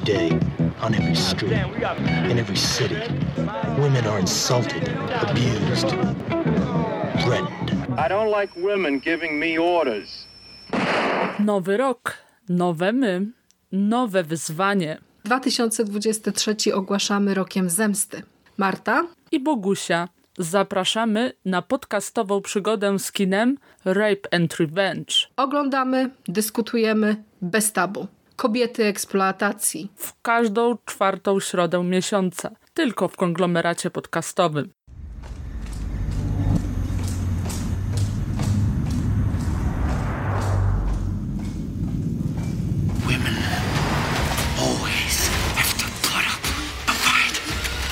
day, on every street, in every city, women are insulted, abused, threatened. I don't like women giving me orders. Nowy rok, nowe my, nowe wyzwanie. 2023 ogłaszamy rokiem zemsty. Marta i Bogusia. Zapraszamy na podcastową przygodę z kinem Rape and Revenge. Oglądamy, dyskutujemy bez tabu. Kobiety eksploatacji. W każdą czwartą środę miesiąca. Tylko w konglomeracie podcastowym. Women always have to put up a fight.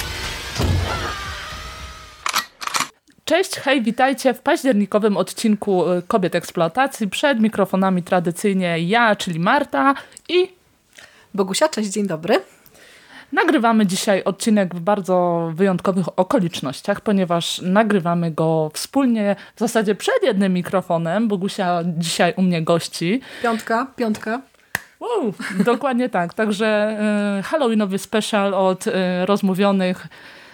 Cześć, hej, witajcie w październikowym odcinku Kobiet Eksploatacji. Przed mikrofonami tradycyjnie ja, czyli Marta i Bogusia. Cześć, dzień dobry. Nagrywamy dzisiaj odcinek w bardzo wyjątkowych okolicznościach, ponieważ nagrywamy go wspólnie, w zasadzie przed jednym mikrofonem. Bogusia dzisiaj u mnie gości. Piątka. Dokładnie tak. Także Halloweenowy special od Rozmówionych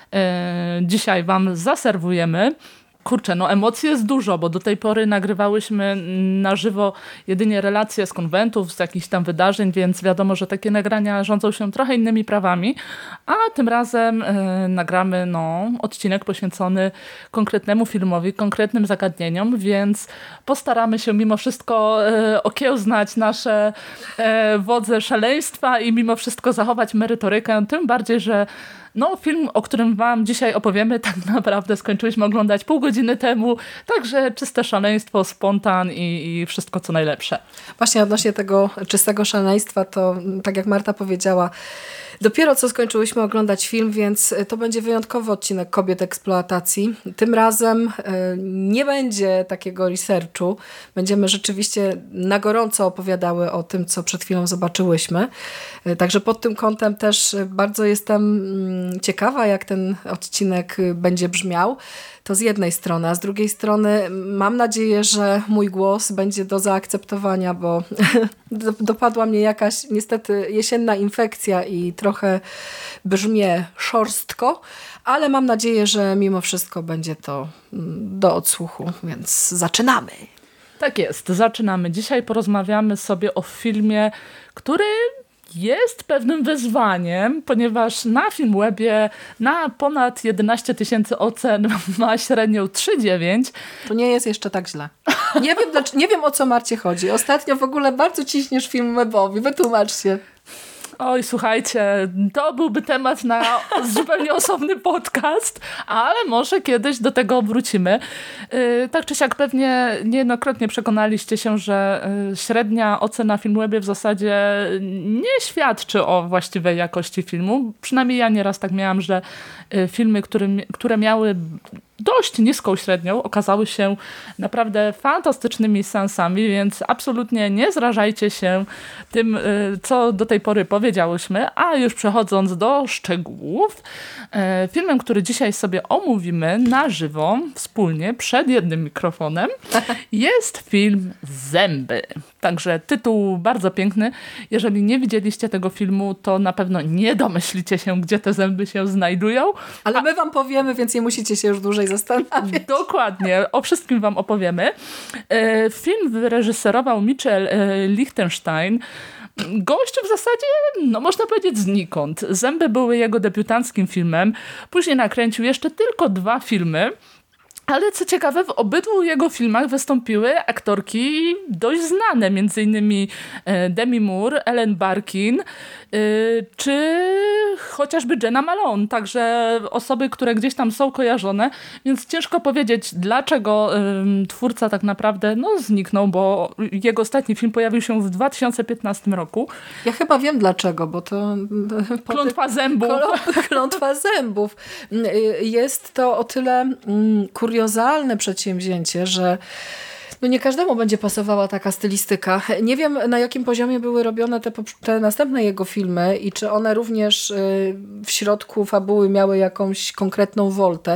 dzisiaj wam zaserwujemy. Kurczę, no emocji jest dużo, bo do tej pory nagrywałyśmy na żywo jedynie relacje z konwentów, z jakichś tam wydarzeń, więc wiadomo, że takie nagrania rządzą się trochę innymi prawami, a tym razem nagramy odcinek poświęcony konkretnemu filmowi, konkretnym zagadnieniom, więc postaramy się mimo wszystko okiełznać nasze wodze szaleństwa i mimo wszystko zachować merytorykę, tym bardziej, że film, o którym wam dzisiaj opowiemy, tak naprawdę skończyliśmy oglądać pół godziny temu, także czyste szaleństwo, spontan i wszystko co najlepsze. Właśnie odnośnie tego czystego szaleństwa, to tak jak Marta powiedziała, dopiero co skończyłyśmy oglądać film, więc to będzie wyjątkowy odcinek Kobiet Eksploatacji. Tym razem nie będzie takiego researchu. Będziemy rzeczywiście na gorąco opowiadały o tym, co przed chwilą zobaczyłyśmy. Także pod tym kątem też bardzo jestem ciekawa, jak ten odcinek będzie brzmiał. To z jednej strony, a z drugiej strony mam nadzieję, że mój głos będzie do zaakceptowania, bo dopadła mnie jakaś niestety jesienna infekcja i trochę brzmię szorstko, ale mam nadzieję, że mimo wszystko będzie to do odsłuchu, więc zaczynamy. Tak jest, zaczynamy. Dzisiaj porozmawiamy sobie o filmie, który jest pewnym wyzwaniem, ponieważ na Filmwebie na ponad 11 000 ocen ma średnią 3,9. To nie jest jeszcze tak źle. Nie wiem o co Marcie chodzi. Ostatnio w ogóle bardzo ciśniesz Filmwebowi. Wytłumacz się. Oj, słuchajcie, to byłby temat na zupełnie osobny podcast, ale może kiedyś do tego wrócimy. Tak czy siak pewnie niejednokrotnie przekonaliście się, że średnia ocena Filmwebie w zasadzie nie świadczy o właściwej jakości filmu. Przynajmniej ja nieraz tak miałam, że filmy, które miały dość niską średnią, okazały się naprawdę fantastycznymi seansami, więc absolutnie nie zrażajcie się tym, co do tej pory powiedziałyśmy, a już przechodząc do szczegółów, filmem, który dzisiaj sobie omówimy na żywo, wspólnie, przed jednym mikrofonem, jest film Zęby. Także tytuł bardzo piękny. Jeżeli nie widzieliście tego filmu, to na pewno nie domyślicie się, gdzie te zęby się znajdują. Ale my wam powiemy, więc nie musicie się już dłużej zastanawiać. Dokładnie, o wszystkim wam opowiemy. Film wyreżyserował Michel Lichtenstein. Gościu w zasadzie, można powiedzieć znikąd. Zęby były jego debiutanckim filmem. Później nakręcił jeszcze tylko 2 filmy. Ale co ciekawe, w obydwu jego filmach wystąpiły aktorki dość znane, między innymi Demi Moore, Ellen Barkin, czy chociażby Jena Malone, także osoby, które gdzieś tam są kojarzone, więc ciężko powiedzieć, dlaczego twórca tak naprawdę zniknął, bo jego ostatni film pojawił się w 2015 roku. Ja chyba wiem dlaczego, bo to... Klątwa zębów. Klątwa zębów. Jest to o tyle kuriozalne przedsięwzięcie, że nie każdemu będzie pasowała taka stylistyka. Nie wiem, na jakim poziomie były robione te następne jego filmy i czy one również w środku fabuły miały jakąś konkretną woltę,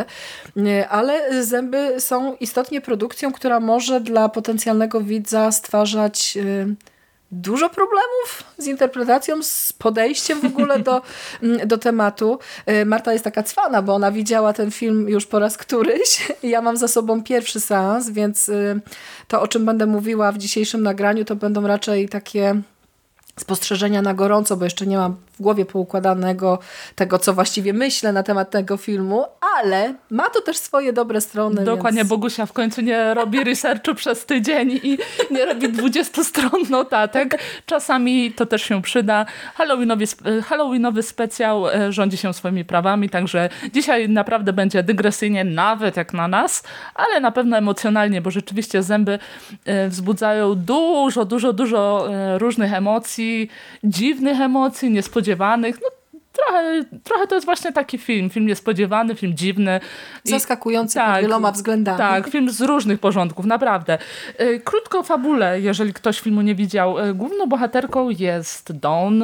ale Zęby są istotnie produkcją, która może dla potencjalnego widza stwarzać dużo problemów z interpretacją, z podejściem w ogóle do tematu. Marta jest taka cwana, bo ona widziała ten film już po raz któryś. Ja mam za sobą pierwszy seans, więc to, o czym będę mówiła w dzisiejszym nagraniu, to będą raczej takie spostrzeżenia na gorąco, bo jeszcze nie mam w głowie poukładanego tego, co właściwie myślę na temat tego filmu, ale ma to też swoje dobre strony. Dokładnie, więc... Bogusia w końcu nie robi researchu przez tydzień i nie robi 20 stron notatek. Czasami to też się przyda. Halloweenowy specjał rządzi się swoimi prawami, także dzisiaj naprawdę będzie dygresyjnie, nawet jak na nas, ale na pewno emocjonalnie, bo rzeczywiście Zęby wzbudzają dużo różnych emocji, dziwnych emocji, niespodziewanych. No, trochę to jest właśnie taki film niespodziewany, film dziwny. Zaskakujący pod wieloma względami. Tak, film z różnych porządków, naprawdę. Krótko o fabule, jeżeli ktoś filmu nie widział. Główną bohaterką jest Dawn.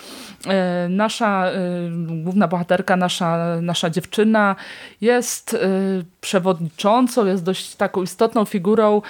Nasza główna bohaterka, nasza dziewczyna jest przewodniczącą, jest dość taką istotną figurą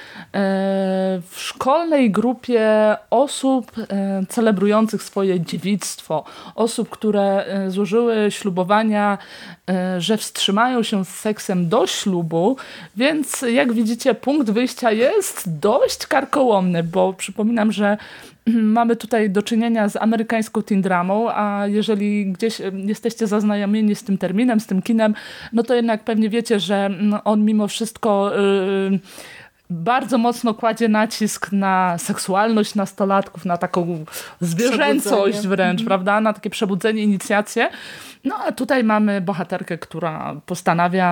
w szkolnej grupie osób celebrujących swoje dziewictwo. Osób, które złożyły ślubowania, że wstrzymają się z seksem do ślubu, więc jak widzicie, punkt wyjścia jest dość karkołomny, bo przypominam, że mamy tutaj do czynienia z amerykańską teen dramą, a jeżeli gdzieś jesteście zaznajomieni z tym terminem, z tym kinem, no to jednak pewnie wiecie, że on mimo wszystko bardzo mocno kładzie nacisk na seksualność nastolatków, na taką zwierzęcość wręcz, prawda? Na takie przebudzenie, inicjację. No a tutaj mamy bohaterkę, która postanawia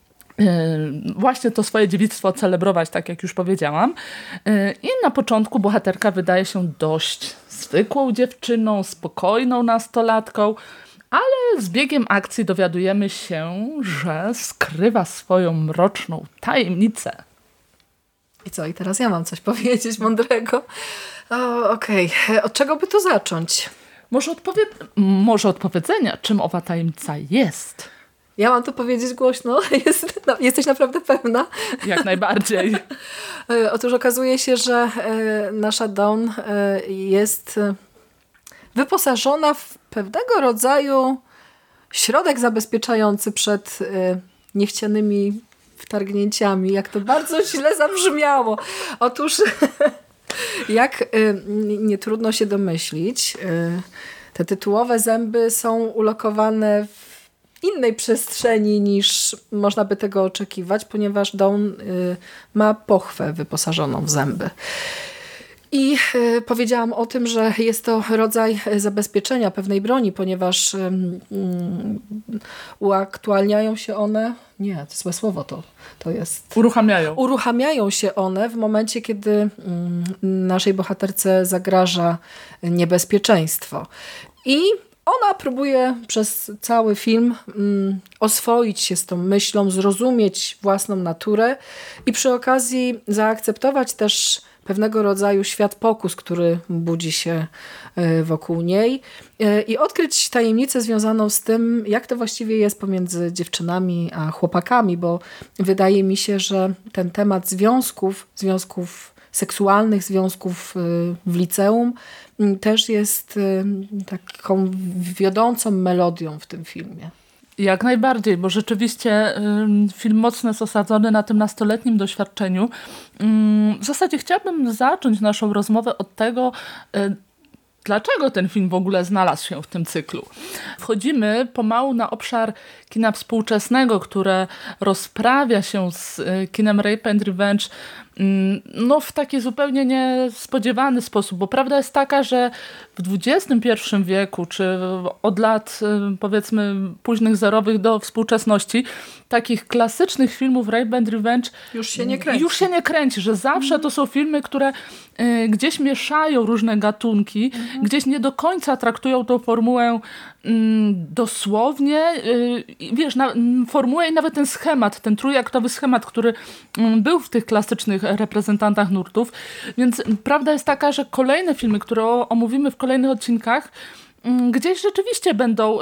właśnie to swoje dziewictwo celebrować, tak jak już powiedziałam. I na początku bohaterka wydaje się dość zwykłą dziewczyną, spokojną nastolatką, ale z biegiem akcji dowiadujemy się, że skrywa swoją mroczną tajemnicę. I co? I teraz ja mam coś powiedzieć mądrego. Okej. Od czego by tu zacząć? Może od powiedzenia, czym owa tajemnica jest. Ja mam to powiedzieć głośno. Jesteś naprawdę pewna? Jak najbardziej. Otóż okazuje się, że nasza Dawn jest wyposażona w pewnego rodzaju środek zabezpieczający przed niechcianymi wtargnięciami. Jak to bardzo źle zabrzmiało. Otóż jak nie trudno się domyślić, te tytułowe zęby są ulokowane w innej przestrzeni niż można by tego oczekiwać, ponieważ Dawn ma pochwę wyposażoną w zęby. I powiedziałam o tym, że jest to rodzaj zabezpieczenia pewnej broni, ponieważ uaktualniają się one, nie, to złe słowo to jest. Uruchamiają się one w momencie, kiedy naszej bohaterce zagraża niebezpieczeństwo. I ona próbuje przez cały film oswoić się z tą myślą, zrozumieć własną naturę i przy okazji zaakceptować też pewnego rodzaju świat pokus, który budzi się wokół niej i odkryć tajemnicę związaną z tym, jak to właściwie jest pomiędzy dziewczynami a chłopakami, bo wydaje mi się, że ten temat związków seksualnych, związków w liceum też jest taką wiodącą melodią w tym filmie. Jak najbardziej, bo rzeczywiście film mocno jest osadzony na tym nastoletnim doświadczeniu. W zasadzie chciałabym zacząć naszą rozmowę od tego, dlaczego ten film w ogóle znalazł się w tym cyklu. Wchodzimy pomału na obszar kina współczesnego, które rozprawia się z kinem Rape and Revenge w taki zupełnie niespodziewany sposób, bo prawda jest taka, że w XXI wieku, czy od lat powiedzmy późnych zerowych do współczesności, takich klasycznych filmów Rape and Revenge już się nie kręci, że zawsze to są filmy, które gdzieś mieszają różne gatunki, gdzieś nie do końca traktują tą formułę dosłownie, wiesz, formułę i nawet ten schemat, ten trójaktowy schemat, który był w tych klasycznych reprezentantach nurtów, więc prawda jest taka, że kolejne filmy, które omówimy w kolejnych odcinkach, gdzieś rzeczywiście będą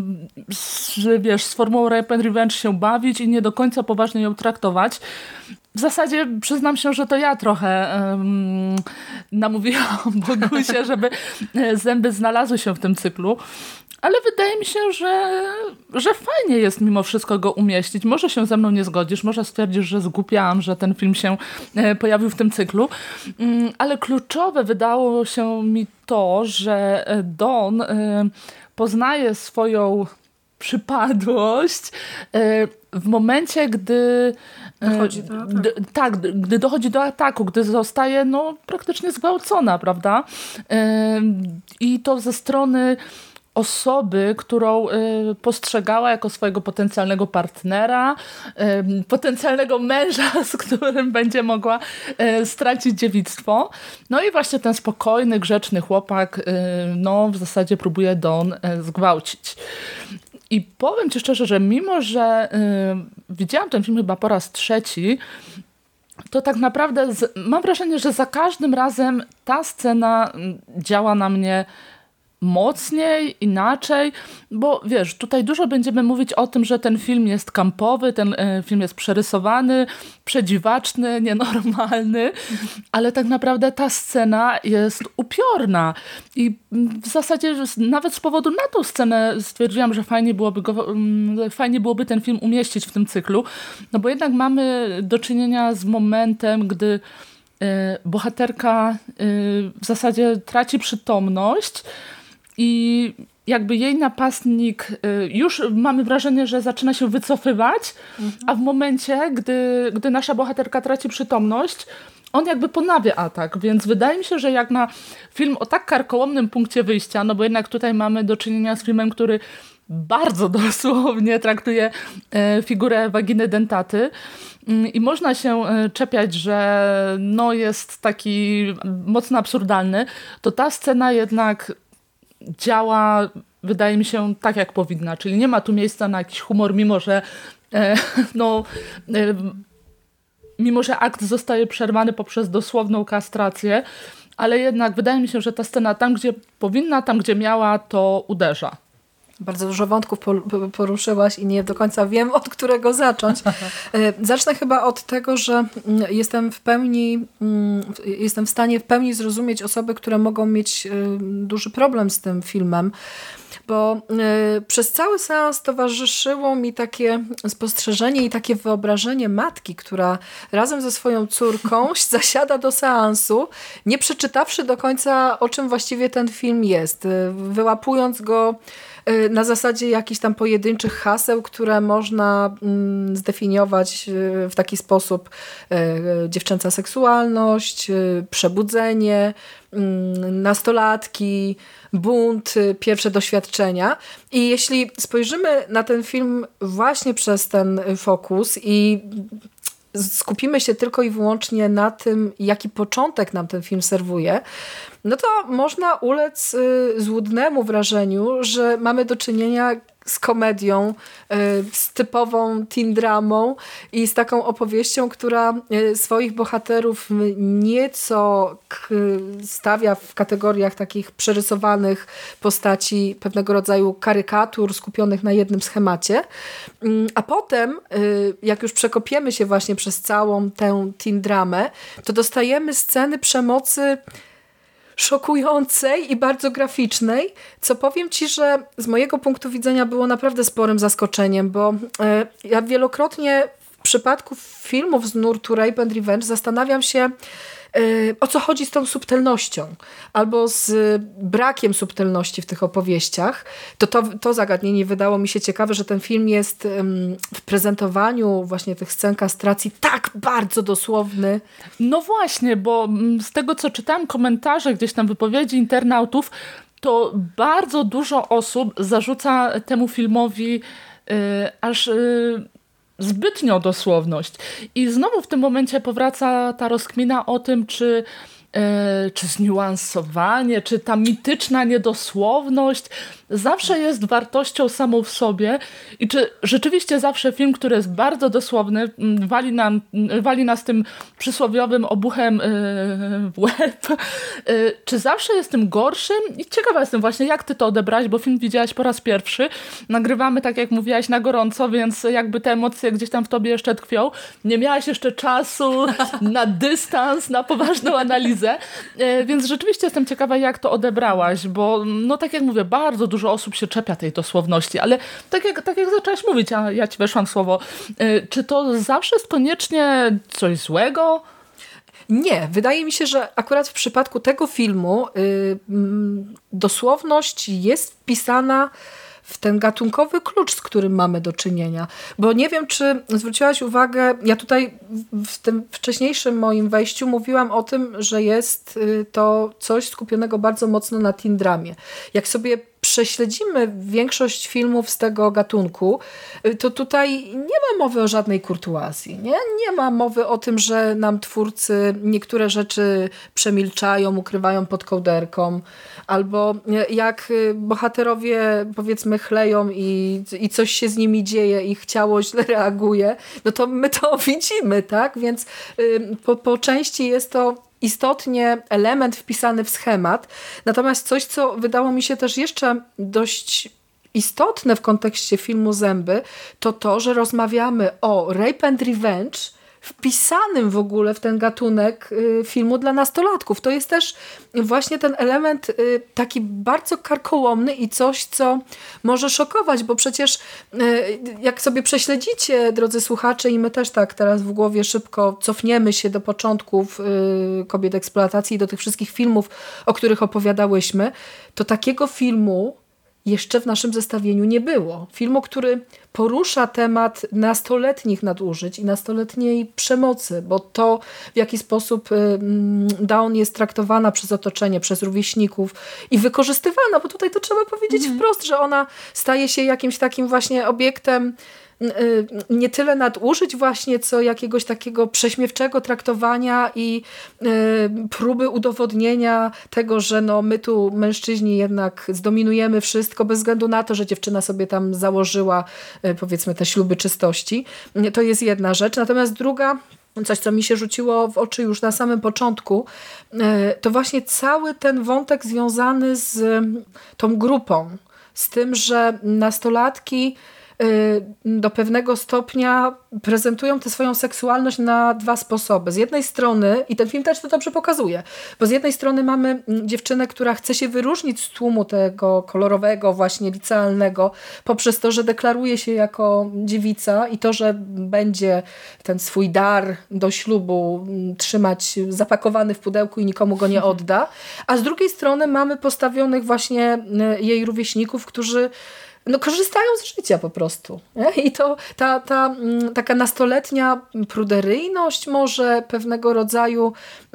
z formułą Rape and Revenge się bawić i nie do końca poważnie ją traktować. W w zasadzie przyznam się, że to ja trochę namówiłam Bogusię, żeby Zęby znalazły się w tym cyklu. Ale wydaje mi się, że fajnie jest mimo wszystko go umieścić. Może się ze mną nie zgodzisz, może stwierdzisz, że zgłupiałam, że ten film się pojawił w tym cyklu. Ale kluczowe wydało się mi to, że Dawn poznaje swoją przypadłość w momencie, gdy dochodzi do ataku. Gdy dochodzi do ataku, gdy zostaje praktycznie zgwałcona, prawda? I to ze strony osoby, którą postrzegała jako swojego potencjalnego partnera, potencjalnego męża, z którym będzie mogła stracić dziewictwo. No i właśnie ten spokojny, grzeczny chłopak w zasadzie próbuje Dawn zgwałcić. I powiem ci szczerze, że mimo, że widziałam ten film chyba po raz 3, to tak naprawdę mam wrażenie, że za każdym razem ta scena działa na mnie mocniej, inaczej, bo wiesz, tutaj dużo będziemy mówić o tym, że ten film jest kampowy, ten film jest przerysowany, przedziwaczny, nienormalny, ale tak naprawdę ta scena jest upiorna i w zasadzie nawet z powodu na tą scenę stwierdziłam, że fajnie byłoby ten film umieścić w tym cyklu, no bo jednak mamy do czynienia z momentem, gdy bohaterka w zasadzie traci przytomność i jakby jej napastnik już mamy wrażenie, że zaczyna się wycofywać, a w momencie, gdy nasza bohaterka traci przytomność, on jakby ponawia atak, więc wydaje mi się, że jak na film o tak karkołomnym punkcie wyjścia, no bo jednak tutaj mamy do czynienia z filmem, który bardzo dosłownie traktuje figurę waginy dentaty i można się czepiać, że jest taki mocno absurdalny, to ta scena jednak działa, wydaje mi się, tak jak powinna, czyli nie ma tu miejsca na jakiś humor, mimo że akt zostaje przerwany poprzez dosłowną kastrację, ale jednak wydaje mi się, że ta scena tam, gdzie powinna, tam, gdzie miała, to uderza. Bardzo dużo wątków poruszyłaś i nie do końca wiem, od którego zacząć. Zacznę chyba od tego, że jestem w stanie w pełni zrozumieć osoby, które mogą mieć duży problem z tym filmem, bo przez cały seans towarzyszyło mi takie spostrzeżenie i takie wyobrażenie matki, która razem ze swoją córką zasiada do seansu, nie przeczytawszy do końca, o czym właściwie ten film jest, wyłapując go na zasadzie jakichś tam pojedynczych haseł, które można zdefiniować w taki sposób: dziewczęca seksualność, przebudzenie, nastolatki, bunt, pierwsze doświadczenia. I jeśli spojrzymy na ten film właśnie przez ten fokus i skupimy się tylko i wyłącznie na tym, jaki początek nam ten film serwuje, no to można ulec złudnemu wrażeniu, że mamy do czynienia z komedią, z typową teen dramą i z taką opowieścią, która swoich bohaterów nieco stawia w kategoriach takich przerysowanych postaci, pewnego rodzaju karykatur skupionych na jednym schemacie. A potem, jak już przekopiemy się właśnie przez całą tę teen dramę, to dostajemy sceny przemocy szokującej i bardzo graficznej, co powiem ci, że z mojego punktu widzenia było naprawdę sporym zaskoczeniem, bo ja wielokrotnie w przypadku filmów z nurtu Rape and Revenge zastanawiam się, o co chodzi z tą subtelnością albo z brakiem subtelności w tych opowieściach. To zagadnienie wydało mi się ciekawe, że ten film jest w prezentowaniu właśnie tych scen kastracji tak bardzo dosłowny. No właśnie, bo z tego, co czytałam komentarze, gdzieś tam wypowiedzi internautów, to bardzo dużo osób zarzuca temu filmowi aż zbytnią dosłowność. I znowu w tym momencie powraca ta rozkmina o tym, czy czy zniuansowanie, czy ta mityczna niedosłowność zawsze jest wartością samą w sobie i czy rzeczywiście zawsze film, który jest bardzo dosłowny, wali nas tym przysłowiowym obuchem w łeb, czy zawsze jest tym gorszym? I ciekawa jestem właśnie, jak ty to odebrałeś, bo film widziałaś po raz pierwszy. Nagrywamy, tak jak mówiłaś, na gorąco, więc jakby te emocje gdzieś tam w tobie jeszcze tkwią. Nie miałaś jeszcze czasu na dystans, na poważną analizę, więc rzeczywiście jestem ciekawa, jak to odebrałaś, bo no tak jak mówię, bardzo dużo osób się czepia tej dosłowności, ale tak jak zaczęłaś mówić, a ja ci weszłam w słowo, czy to zawsze jest koniecznie coś złego? Nie, wydaje mi się, że akurat w przypadku tego filmu dosłowność jest wpisana w ten gatunkowy klucz, z którym mamy do czynienia. Bo nie wiem, czy zwróciłaś uwagę, ja tutaj w tym wcześniejszym moim wejściu mówiłam o tym, że jest to coś skupionego bardzo mocno na teen dramie. Jak sobie prześledzimy większość filmów z tego gatunku, to tutaj nie ma mowy o żadnej kurtuazji. Nie ma mowy o tym, że nam twórcy niektóre rzeczy przemilczają, ukrywają pod kołderką, albo jak bohaterowie, powiedzmy, chleją i coś się z nimi dzieje, ich ciało źle reaguje, no to my to widzimy, tak? Więc po części jest to istotnie element wpisany w schemat. Natomiast coś, co wydało mi się też jeszcze dość istotne w kontekście filmu Zęby, to to, że rozmawiamy o Rape and Revenge wpisanym w ogóle w ten gatunek filmu dla nastolatków. To jest też właśnie ten element taki bardzo karkołomny i coś, co może szokować, bo przecież jak sobie prześledzicie, drodzy słuchacze, i my też tak teraz w głowie szybko cofniemy się do początków Kobiet eksploatacji i do tych wszystkich filmów, o których opowiadałyśmy, to takiego filmu jeszcze w naszym zestawieniu nie było. Filmu, który porusza temat nastoletnich nadużyć i nastoletniej przemocy, bo to, w jaki sposób Dawn jest traktowana przez otoczenie, przez rówieśników i wykorzystywana, bo tutaj to trzeba powiedzieć wprost, że ona staje się jakimś takim właśnie obiektem nie tyle nadużyć właśnie, co jakiegoś takiego prześmiewczego traktowania i próby udowodnienia tego, że no my tu mężczyźni jednak zdominujemy wszystko bez względu na to, że dziewczyna sobie tam założyła powiedzmy te śluby czystości. To jest jedna rzecz. Natomiast druga, coś co mi się rzuciło w oczy już na samym początku, to właśnie cały ten wątek związany z tą grupą, z tym, że nastolatki do pewnego stopnia prezentują tę swoją seksualność na dwa sposoby. Z jednej strony, i ten film też to dobrze pokazuje, bo z jednej strony mamy dziewczynę, która chce się wyróżnić z tłumu tego kolorowego, właśnie licealnego, poprzez to, że deklaruje się jako dziewica i to, że będzie ten swój dar do ślubu trzymać zapakowany w pudełku i nikomu go nie odda. A z drugiej strony mamy postawionych właśnie jej rówieśników, którzy korzystają z życia po prostu. Nie? I to taka nastoletnia pruderyjność, może pewnego rodzaju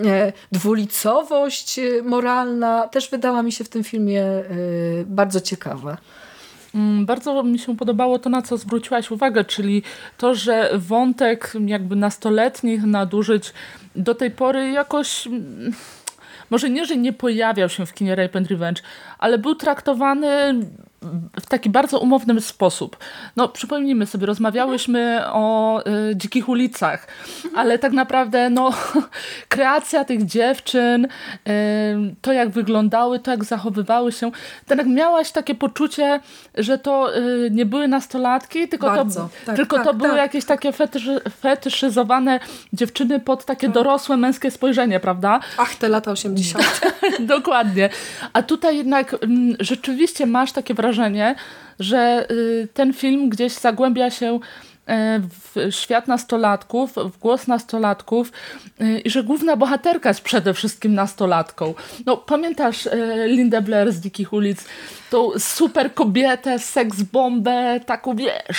dwulicowość moralna też wydała mi się w tym filmie bardzo ciekawa. Bardzo mi się podobało to, na co zwróciłaś uwagę, czyli to, że wątek jakby nastoletnich nadużyć do tej pory jakoś... Może nie, że nie pojawiał się w kinie Rape and Revenge, ale był traktowany w taki bardzo umowny sposób. No, przypomnijmy sobie, rozmawiałyśmy o Dzikich ulicach, ale tak naprawdę kreacja tych dziewczyn, to jak wyglądały, to jak zachowywały się, to jak miałaś takie poczucie, że to nie były nastolatki, tylko to były jakieś takie fetyszyzowane dziewczyny pod takie dorosłe męskie spojrzenie, prawda? Ach, te lata 80. Dokładnie. A tutaj jednak rzeczywiście masz takie wrażenie, że ten film gdzieś zagłębia się w świat nastolatków, w głos nastolatków i że główna bohaterka jest przede wszystkim nastolatką. No, pamiętasz Lindę Blair z Dzikich ulic? Tą super kobietę, seks bombę, taką wiesz,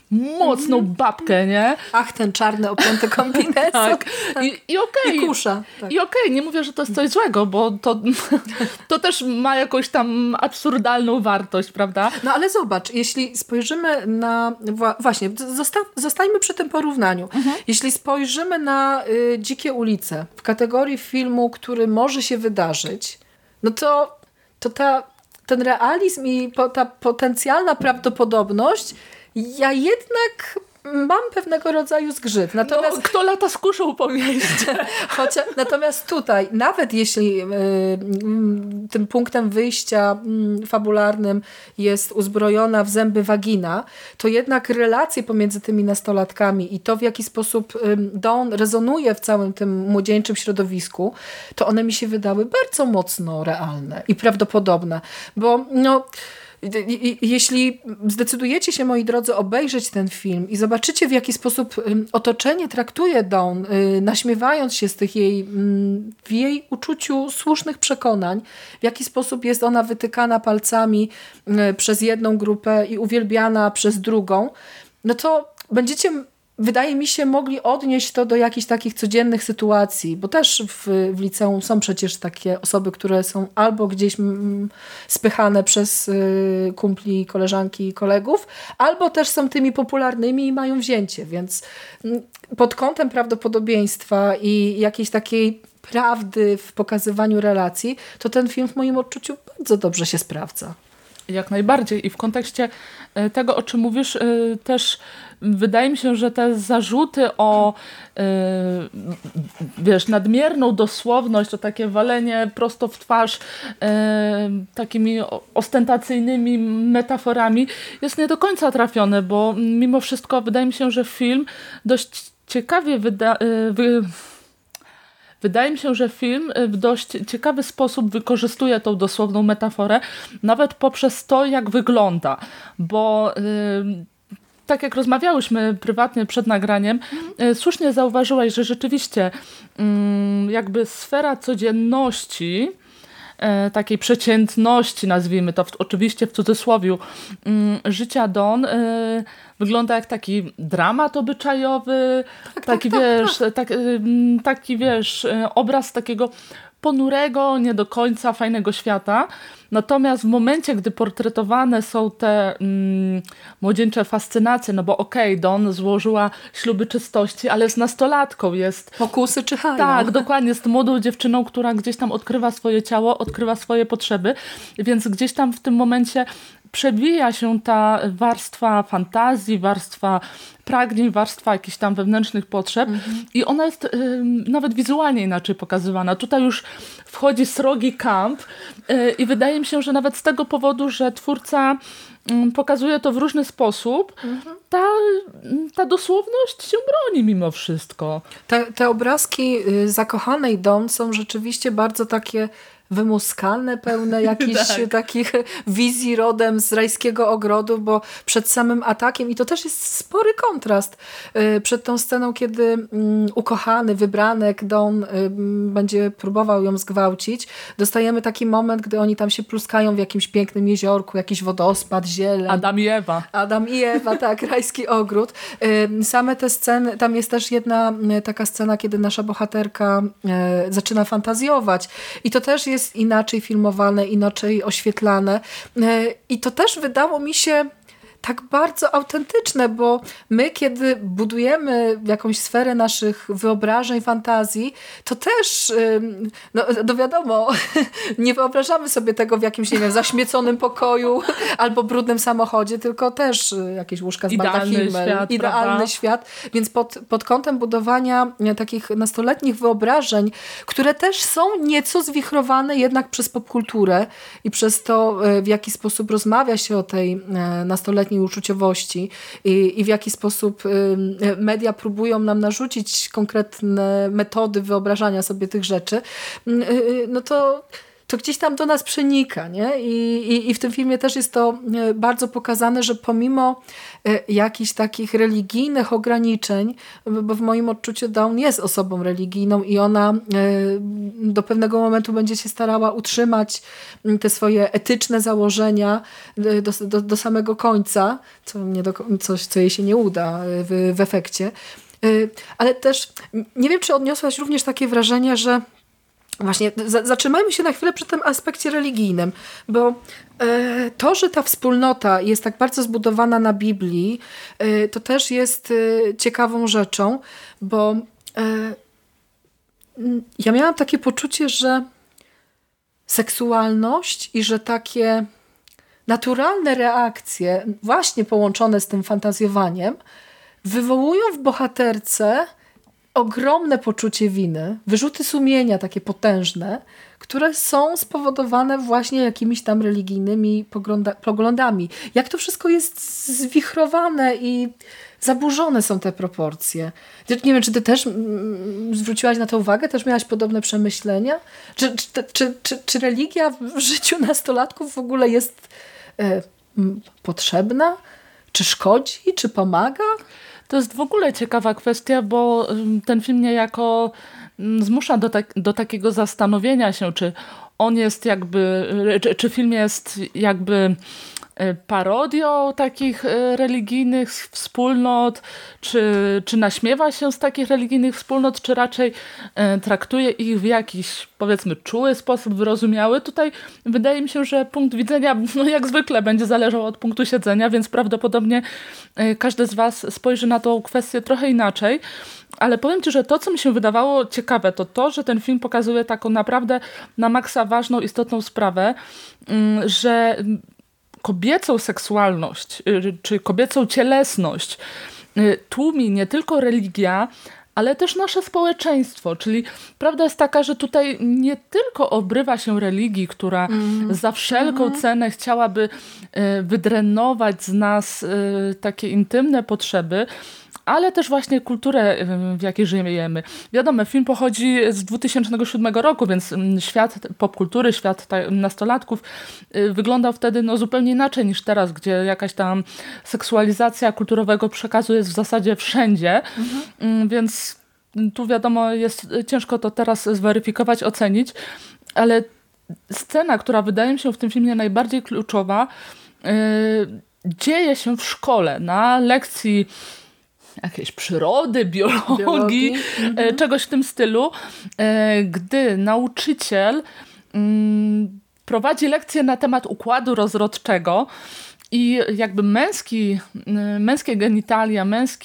mocną babkę, nie? Ach, ten czarny, opięty kombinezon. Tak. I okej. I kusza. Tak. I okej, nie mówię, że to jest coś złego, bo to też ma jakąś tam absurdalną wartość, prawda? No ale zobacz, jeśli spojrzymy na... Właśnie, zostańmy przy tym porównaniu. Jeśli spojrzymy na Dzikie ulice w kategorii filmu, który może się wydarzyć, no to ten realizm i ta potencjalna prawdopodobność, ja jednak mam pewnego rodzaju zgrzyt. Natomiast no, kto lata z kuszą po mieście? Natomiast tutaj, nawet jeśli tym punktem wyjścia fabularnym jest uzbrojona w zęby wagina, to jednak relacje pomiędzy tymi nastolatkami i to, w jaki sposób Dawn rezonuje w całym tym młodzieńczym środowisku, to one mi się wydały bardzo mocno realne i prawdopodobne. Bo jeśli zdecydujecie się, moi drodzy, obejrzeć ten film i zobaczycie, w jaki sposób otoczenie traktuje Dawn, naśmiewając się z tych w jej uczuciu słusznych przekonań, w jaki sposób jest ona wytykana palcami przez jedną grupę i uwielbiana przez drugą, no to będziecie, wydaje mi się, mogli odnieść to do jakichś takich codziennych sytuacji, bo też w liceum są przecież takie osoby, które są albo gdzieś spychane przez kumpli, koleżanki i kolegów, albo też są tymi popularnymi i mają wzięcie, więc pod kątem prawdopodobieństwa i jakiejś takiej prawdy w pokazywaniu relacji, to ten film w moim odczuciu bardzo dobrze się sprawdza. Jak najbardziej. I w kontekście tego, o czym mówisz, też wydaje mi się, że te zarzuty o nadmierną dosłowność, o takie walenie prosto w twarz takimi ostentacyjnymi metaforami jest nie do końca trafione, bo mimo wszystko wydaje mi się, że film dość ciekawie Wydaje mi się, że film w dość ciekawy sposób wykorzystuje tą dosłowną metaforę, nawet poprzez to, jak wygląda, bo tak jak rozmawiałyśmy prywatnie przed nagraniem, słusznie zauważyłaś, że rzeczywiście jakby sfera codzienności, takiej przeciętności, nazwijmy to oczywiście w cudzysłowiu, życia Dawn wygląda jak taki dramat obyczajowy, taki obraz takiego ponurego, nie do końca fajnego świata. Natomiast w momencie, gdy portretowane są te młodzieńcze fascynacje, no bo Dawn złożyła śluby czystości, ale jest nastolatką, jest... Pokusy czyhają. Tak, dokładnie, jest młodą dziewczyną, która gdzieś tam odkrywa swoje ciało, odkrywa swoje potrzeby, więc gdzieś tam w tym momencie przebija się ta warstwa fantazji, warstwa pragnień, warstwa jakichś tam wewnętrznych potrzeb i ona jest nawet wizualnie inaczej pokazywana. Tutaj już wchodzi srogi camp i wydaje mi się, że nawet z tego powodu, że twórca pokazuje to w różny sposób, ta dosłowność się broni mimo wszystko. Te obrazki zakochanej Dawn są rzeczywiście bardzo takie wymuskalne, pełne jakichś takich wizji rodem z rajskiego ogrodu, bo przed samym atakiem, i to też jest spory kontrast, przed tą sceną, kiedy ukochany, wybranek Dawn będzie próbował ją zgwałcić, dostajemy taki moment, gdy oni tam się pluskają w jakimś pięknym jeziorku, jakiś wodospad, zieleń. Adam i Ewa, tak, rajski ogród. Same te sceny, tam jest też jedna taka scena, kiedy nasza bohaterka zaczyna fantazjować i to też jest inaczej filmowane, inaczej oświetlane. I to też wydało mi się tak bardzo autentyczne, bo my, kiedy budujemy jakąś sferę naszych wyobrażeń, fantazji, to też, no wiadomo, nie wyobrażamy sobie tego w jakimś, nie wiem, zaśmieconym pokoju albo brudnym samochodzie, tylko też jakieś łóżka z baldachimem. Idealny świat. Więc pod kątem budowania takich nastoletnich wyobrażeń, które też są nieco zwichrowane jednak przez popkulturę i przez to, w jaki sposób rozmawia się o tej nastoletniej uczuciowości i w jaki sposób media próbują nam narzucić konkretne metody wyobrażania sobie tych rzeczy, no to to gdzieś tam do nas przenika, nie? I w tym filmie też jest to bardzo pokazane, że pomimo jakichś takich religijnych ograniczeń, bo w moim odczuciu Dawn jest osobą religijną i ona do pewnego momentu będzie się starała utrzymać te swoje etyczne założenia do samego końca, coś, co jej się nie uda w efekcie. Ale też nie wiem, czy odniosłaś również takie wrażenie, że właśnie zatrzymajmy się na chwilę przy tym aspekcie religijnym, bo to, że ta wspólnota jest tak bardzo zbudowana na Biblii, to też jest ciekawą rzeczą, bo ja miałam takie poczucie, że seksualność i że takie naturalne reakcje, właśnie połączone z tym fantazjowaniem, wywołują w bohaterce ogromne poczucie winy, wyrzuty sumienia takie potężne, które są spowodowane właśnie jakimiś tam religijnymi poglądami. Jak to wszystko jest zwichrowane i zaburzone są te proporcje. Nie wiem, czy ty też zwróciłaś na to uwagę? Też miałaś podobne przemyślenia? Czy religia w życiu nastolatków w ogóle jest potrzebna? Czy szkodzi? Czy pomaga? To jest w ogóle ciekawa kwestia, bo ten film niejako zmusza do takiego zastanowienia się, czy on jest jakby, czy film jest jakby parodią takich religijnych wspólnot, czy naśmiewa się z takich religijnych wspólnot, czy raczej traktuje ich w jakiś, powiedzmy, czuły sposób, wyrozumiały. Tutaj wydaje mi się, że punkt widzenia, no jak zwykle, będzie zależał od punktu siedzenia, więc prawdopodobnie każdy z was spojrzy na tą kwestię trochę inaczej. Ale powiem ci, że to, co mi się wydawało ciekawe, to, że ten film pokazuje taką naprawdę na maksa ważną, istotną sprawę, że kobiecą seksualność, czy kobiecą cielesność tłumi nie tylko religia, ale też nasze społeczeństwo. Czyli prawda jest taka, że tutaj nie tylko obrywa się religii, która za wszelką cenę chciałaby wydrenować z nas takie intymne potrzeby, ale też właśnie kulturę, w jakiej żyjemy. Wiadomo, film pochodzi z 2007 roku, więc świat popkultury, świat nastolatków wyglądał wtedy zupełnie inaczej niż teraz, gdzie jakaś tam seksualizacja kulturowego przekazu jest w zasadzie wszędzie. Więc tu wiadomo, jest ciężko to teraz zweryfikować, ocenić, ale scena, która wydaje mi się w tym filmie najbardziej kluczowa, dzieje się w szkole, na lekcji jakiejś przyrody, biologii. Czegoś w tym stylu, gdy nauczyciel prowadzi lekcję na temat układu rozrodczego i jakby męskie genitalia,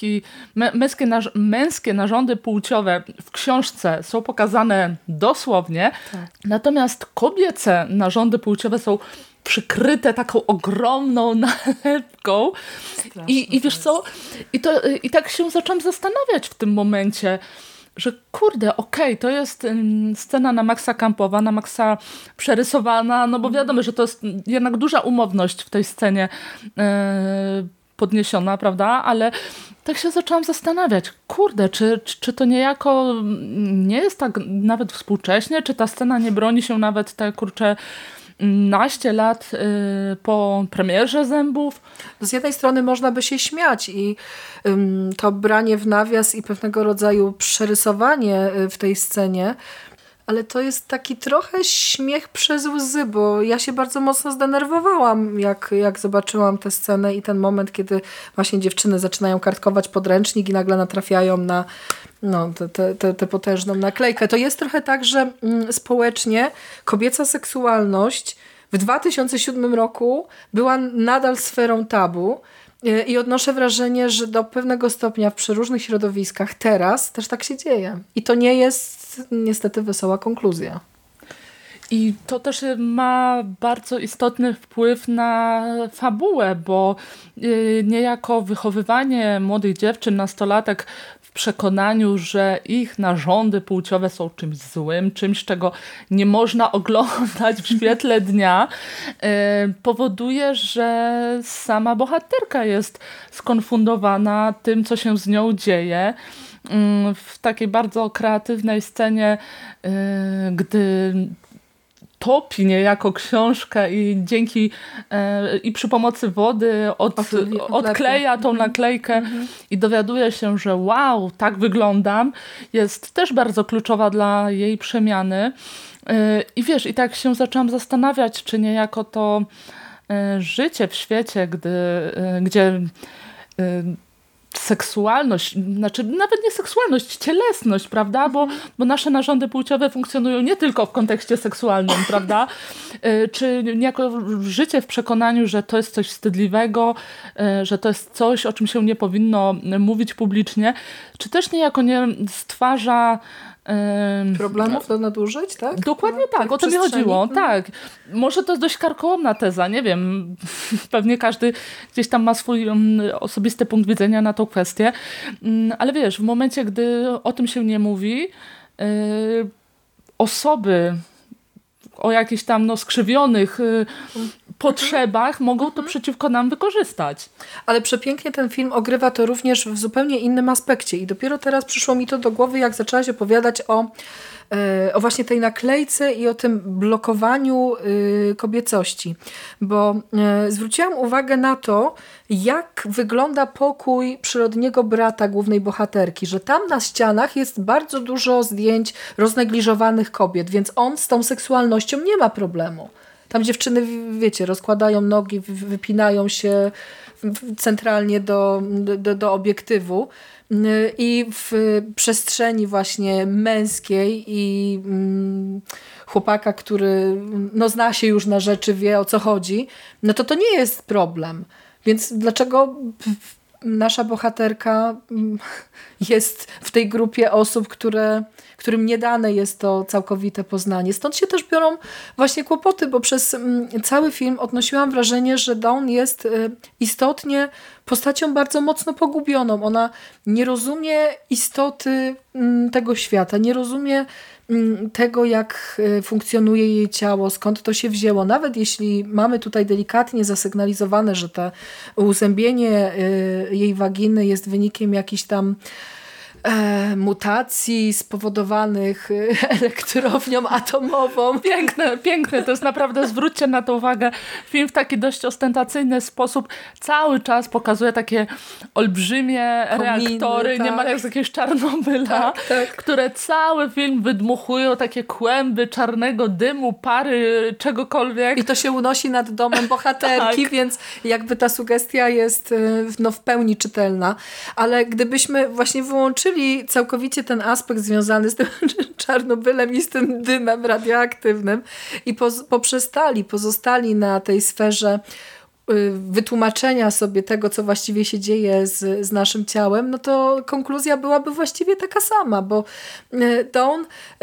męskie narządy płciowe w książce są pokazane dosłownie, tak. Natomiast kobiece narządy płciowe są przykryte taką ogromną nalepką. I wiesz co? I tak się zaczęłam zastanawiać w tym momencie, że kurde, okej, to jest scena na maksa kampowa, na maksa przerysowana, no bo wiadomo, że to jest jednak duża umowność w tej scenie podniesiona, prawda? Ale tak się zaczęłam zastanawiać, kurde, czy to niejako nie jest tak nawet współcześnie, czy ta scena nie broni się nawet tak, kurczę, naście lat po premierze Zębów. Z jednej strony można by się śmiać i to branie w nawias i pewnego rodzaju przerysowanie w tej scenie, ale to jest taki trochę śmiech przez łzy, bo ja się bardzo mocno zdenerwowałam, jak zobaczyłam tę scenę i ten moment, kiedy właśnie dziewczyny zaczynają kartkować podręcznik i nagle natrafiają na tę potężną naklejkę. To jest trochę tak, że społecznie kobieca seksualność w 2007 roku była nadal sferą tabu i odnoszę wrażenie, że do pewnego stopnia w przeróżnych środowiskach teraz też tak się dzieje. I to nie jest niestety wesoła konkluzja. I to też ma bardzo istotny wpływ na fabułę, bo niejako wychowywanie młodych dziewczyn, nastolatek w przekonaniu, że ich narządy płciowe są czymś złym, czymś, czego nie można oglądać w świetle dnia, powoduje, że sama bohaterka jest skonfundowana tym, co się z nią dzieje. W takiej bardzo kreatywnej scenie, gdy topi niejako książkę i dzięki i przy pomocy wody odkleja tą naklejkę i dowiaduje się, że wow, tak wyglądam, jest też bardzo kluczowa dla jej przemiany. I wiesz, i tak się zaczęłam zastanawiać, czy niejako to życie w świecie, gdzie seksualność, znaczy nawet nie seksualność, cielesność, prawda? Bo nasze narządy płciowe funkcjonują nie tylko w kontekście seksualnym, prawda? Czy niejako życie w przekonaniu, że to jest coś wstydliwego, że to jest coś, o czym się nie powinno mówić publicznie, czy też niejako nie stwarza problemów do nadużyć, tak? Dokładnie tak, o to mi chodziło. Tak. Może to jest dość karkołomna teza, nie wiem. Pewnie każdy gdzieś tam ma swój osobisty punkt widzenia na tą kwestię. Ale wiesz, w momencie, gdy o tym się nie mówi, osoby o jakichś tam skrzywionych potrzebach mogą to przeciwko nam wykorzystać. Ale przepięknie ten film ogrywa to również w zupełnie innym aspekcie i dopiero teraz przyszło mi to do głowy, jak zaczęłaś opowiadać o właśnie tej naklejce i o tym blokowaniu kobiecości. Bo zwróciłam uwagę na to, jak wygląda pokój przyrodniego brata głównej bohaterki, że tam na ścianach jest bardzo dużo zdjęć roznegliżowanych kobiet, więc on z tą seksualnością nie ma problemu. Tam dziewczyny, wiecie, rozkładają nogi, wypinają się centralnie do obiektywu i w przestrzeni właśnie męskiej i chłopaka, który zna się już na rzeczy, wie o co chodzi, no to nie jest problem. Więc dlaczego nasza bohaterka jest w tej grupie osób, którym nie dane jest to całkowite poznanie. Stąd się też biorą właśnie kłopoty, bo przez cały film odnosiłam wrażenie, że Dawn jest istotnie postacią bardzo mocno pogubioną. Ona nie rozumie istoty tego świata, nie rozumie tego, jak funkcjonuje jej ciało, skąd to się wzięło. Nawet jeśli mamy tutaj delikatnie zasygnalizowane, że to uzębienie jej waginy jest wynikiem jakichś tam mutacji spowodowanych elektrownią atomową. Piękne. To jest naprawdę, zwróćcie na to uwagę. Film w taki dość ostentacyjny sposób cały czas pokazuje takie olbrzymie reaktory, tak. Niemal jak z jakiegoś Czarnobyla, tak. Które cały film wydmuchują takie kłęby czarnego dymu, pary, czegokolwiek. I to się unosi nad domem bohaterki, tak. Więc jakby ta sugestia jest w pełni czytelna. Ale gdybyśmy właśnie wyłączyli całkowicie ten aspekt związany z tym Czarnobylem i z tym dymem radioaktywnym i pozostali na tej sferze wytłumaczenia sobie tego, co właściwie się dzieje z naszym ciałem, no to konkluzja byłaby właściwie taka sama, bo Dawn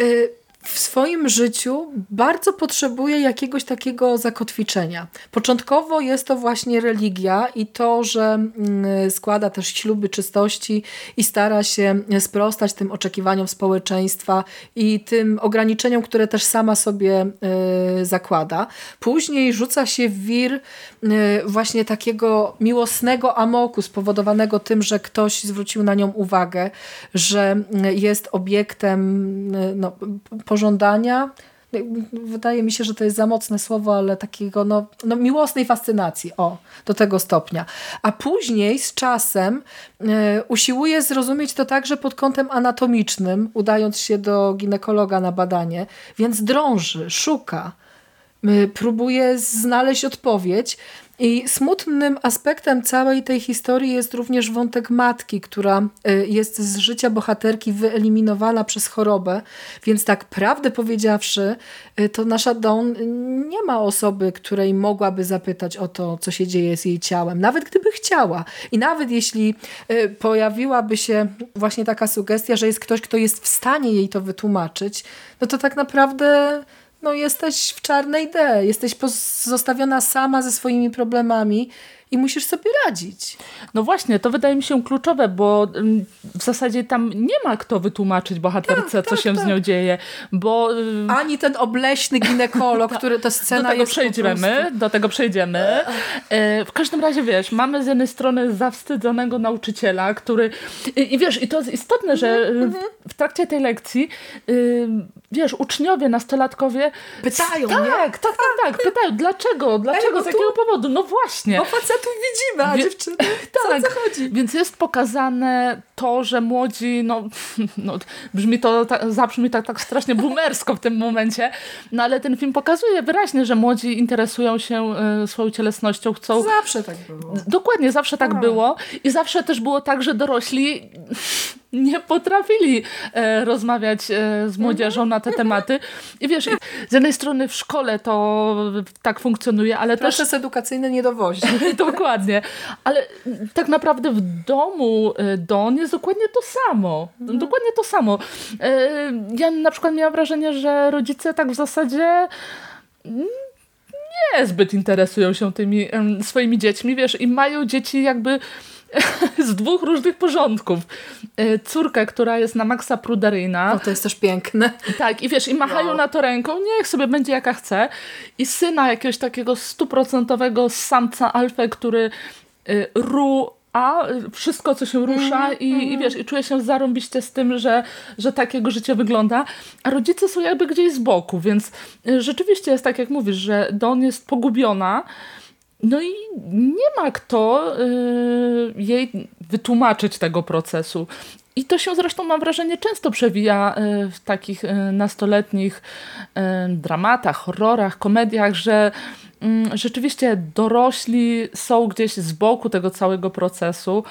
w swoim życiu bardzo potrzebuje jakiegoś takiego zakotwiczenia. Początkowo jest to właśnie religia i to, że składa też śluby czystości i stara się sprostać tym oczekiwaniom społeczeństwa i tym ograniczeniom, które też sama sobie zakłada. Później rzuca się w wir właśnie takiego miłosnego amoku spowodowanego tym, że ktoś zwrócił na nią uwagę, że jest obiektem pożądania. Wydaje mi się, że to jest za mocne słowo, ale takiego miłosnej fascynacji. Do tego stopnia. A później z czasem usiłuje zrozumieć to także pod kątem anatomicznym, udając się do ginekologa na badanie, więc drąży, szuka, próbuje znaleźć odpowiedź. I smutnym aspektem całej tej historii jest również wątek matki, która jest z życia bohaterki wyeliminowana przez chorobę, więc tak prawdę powiedziawszy, to nasza Dawn nie ma osoby, której mogłaby zapytać o to, co się dzieje z jej ciałem, nawet gdyby chciała. I nawet jeśli pojawiłaby się właśnie taka sugestia, że jest ktoś, kto jest w stanie jej to wytłumaczyć, no to tak naprawdę jesteś w czarnej D, jesteś zostawiona sama ze swoimi problemami i musisz sobie radzić. No właśnie, to wydaje mi się kluczowe, bo w zasadzie tam nie ma kto wytłumaczyć bohaterce, co się z nią dzieje, bo... Ani ten obleśny ginekolog, który ta scena jest do tego przejdziemy. W każdym razie, wiesz, mamy z jednej strony zawstydzonego nauczyciela, który... I wiesz, i to jest istotne, że w trakcie tej lekcji wiesz, uczniowie, nastolatkowie pytają, tak, pytają, dlaczego, z jakiego powodu? No właśnie. Bo facetów widzimy, a dziewczyny, o co chodzi? Więc jest pokazane to, że młodzi, zabrzmi tak strasznie boomersko w tym momencie, no ale ten film pokazuje wyraźnie, że młodzi interesują się swoją cielesnością, chcą... Zawsze tak było. Dokładnie, zawsze tak było i zawsze też było tak, że dorośli nie potrafili rozmawiać z młodzieżą na te tematy. I wiesz, z jednej strony w szkole to tak funkcjonuje, ale proces edukacyjny nie dowozi. Dokładnie. Ale tak naprawdę w domu Dawn jest dokładnie to samo. Dokładnie to samo. Ja na przykład miałam wrażenie, że rodzice tak w zasadzie nie zbyt interesują się tymi swoimi dziećmi, wiesz, i mają dzieci jakby z dwóch różnych porządków. Córkę, która jest na maksa pruderyjna. O, to jest też piękne. Tak, i wiesz, i machają na to ręką, niech sobie będzie jaka chce. I syna jakiegoś takiego 100% samca alfę, który wszystko, co się rusza i wiesz, i czuje się zarąbiście z tym, że tak jego życie wygląda, a rodzice są jakby gdzieś z boku, więc rzeczywiście jest tak, jak mówisz, że Dawn jest pogubiona, no i nie ma kto jej wytłumaczyć tego procesu. I to się zresztą, mam wrażenie, często przewija w takich nastoletnich dramatach, horrorach, komediach, że rzeczywiście dorośli są gdzieś z boku tego całego procesu,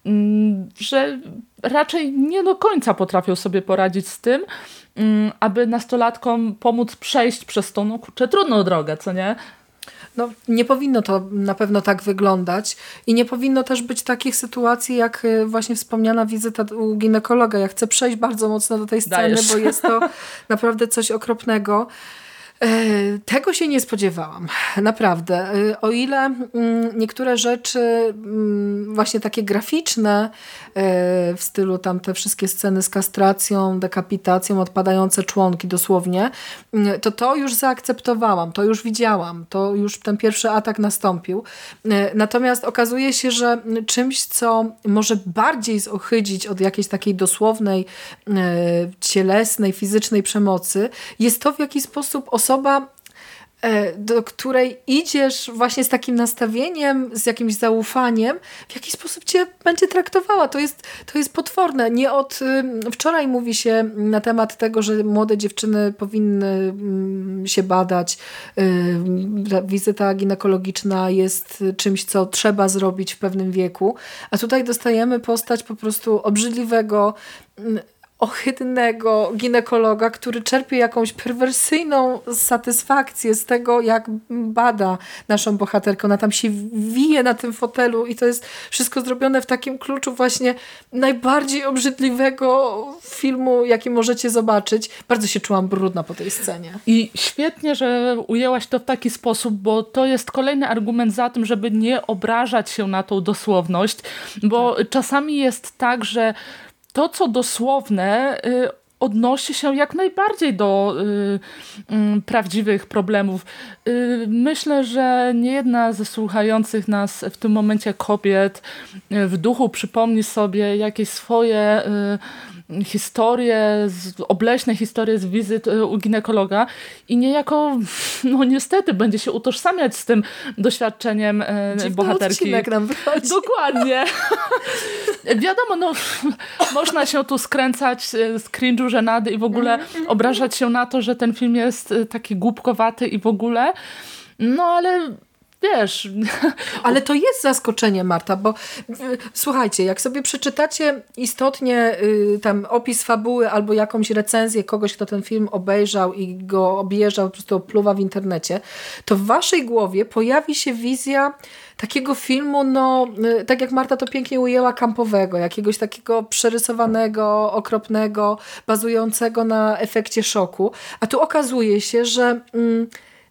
że raczej nie do końca potrafią sobie poradzić z tym, aby nastolatkom pomóc przejść przez tą trudną drogę, co nie? No, nie powinno to na pewno tak wyglądać i nie powinno też być takich sytuacji, jak właśnie wspomniana wizyta u ginekologa. Ja chcę przejść bardzo mocno do tej sceny, bo jest to naprawdę coś okropnego. Tego się nie spodziewałam, naprawdę. O ile niektóre rzeczy właśnie takie graficzne w stylu tam te wszystkie sceny z kastracją, dekapitacją, odpadające członki dosłownie, to już zaakceptowałam, to już widziałam, to już ten pierwszy atak nastąpił. Natomiast okazuje się, że czymś, co może bardziej zohydzić od jakiejś takiej dosłownej, cielesnej, fizycznej przemocy, jest to, w jaki sposób osoba, do której idziesz właśnie z takim nastawieniem, z jakimś zaufaniem, w jaki sposób cię będzie traktowała. To jest potworne. Nie od wczoraj mówi się na temat tego, że młode dziewczyny powinny się badać. Wizyta ginekologiczna jest czymś, co trzeba zrobić w pewnym wieku. A tutaj dostajemy postać po prostu obrzydliwego, ohydnego ginekologa, który czerpie jakąś perwersyjną satysfakcję z tego, jak bada naszą bohaterkę. Ona tam się wije na tym fotelu i to jest wszystko zrobione w takim kluczu właśnie najbardziej obrzydliwego filmu, jaki możecie zobaczyć. Bardzo się czułam brudna po tej scenie. I świetnie, że ujęłaś to w taki sposób, bo to jest kolejny argument za tym, żeby nie obrażać się na tą dosłowność, bo czasami jest tak, że to, co dosłowne, odnosi się jak najbardziej do prawdziwych problemów. Myślę, że niejedna ze słuchających nas w tym momencie kobiet w duchu przypomni sobie jakieś swoje obleśne historie z wizyt u ginekologa i niejako, no niestety, będzie się utożsamiać z tym doświadczeniem bohaterki. Odcinek nam wychodzi. Dokładnie. Wiadomo, no można się tu skręcać z cringe'u, żenady i w ogóle obrażać się na to, że ten film jest taki głupkowaty i w ogóle, no ale wiesz. Ale to jest zaskoczenie, Marta, bo słuchajcie, jak sobie przeczytacie istotnie tam opis fabuły albo jakąś recenzję kogoś, kto ten film obejrzał i go objeżdżał, po prostu opluwa w internecie, to w waszej głowie pojawi się wizja takiego filmu, no tak jak Marta to pięknie ujęła, kampowego, jakiegoś takiego przerysowanego, okropnego, bazującego na efekcie szoku. A tu okazuje się, że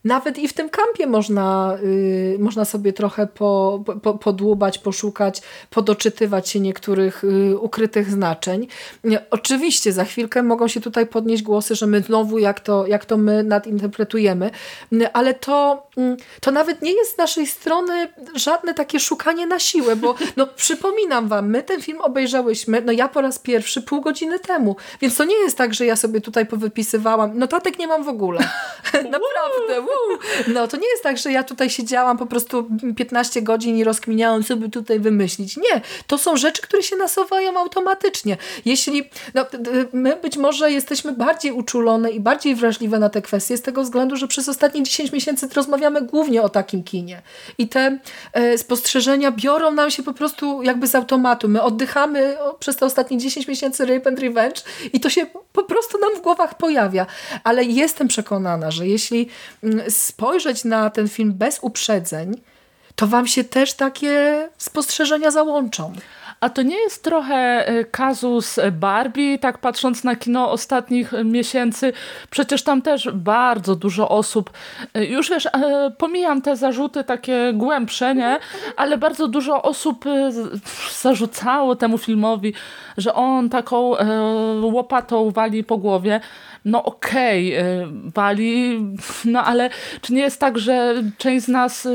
nawet i w tym kampie można sobie trochę podłubać, poszukać, podoczytywać się niektórych ukrytych znaczeń. Oczywiście za chwilkę mogą się tutaj podnieść głosy, że my znowu jak to my nadinterpretujemy, ale to nawet nie jest z naszej strony żadne takie szukanie na siłę, bo przypominam wam, my ten film obejrzałyśmy, ja po raz pierwszy pół godziny temu, więc to nie jest tak, że ja sobie tutaj powypisywałam, notatek nie mam w ogóle. Naprawdę. To nie jest tak, że ja tutaj siedziałam po prostu 15 godzin i rozkminiałam, co by tutaj wymyślić. Nie, to są rzeczy, które się nasuwają automatycznie. Jeśli my być może jesteśmy bardziej uczulone i bardziej wrażliwe na te kwestie z tego względu, że przez ostatnie 10 miesięcy rozmawiamy głównie o takim kinie. I te spostrzeżenia biorą nam się po prostu jakby z automatu. My oddychamy przez te ostatnie 10 miesięcy Rape and Revenge i to się po prostu nam w głowach pojawia. Ale jestem przekonana, że jeśli spojrzeć na ten film bez uprzedzeń, to wam się też takie spostrzeżenia załączą. A to nie jest trochę kazus Barbie, tak patrząc na kino ostatnich miesięcy? Przecież tam też bardzo dużo osób, już wiesz, pomijam te zarzuty takie głębsze, nie? Ale bardzo dużo osób zarzucało temu filmowi, że on taką łopatą wali po głowie. Okej, wali, ale czy nie jest tak, że część z nas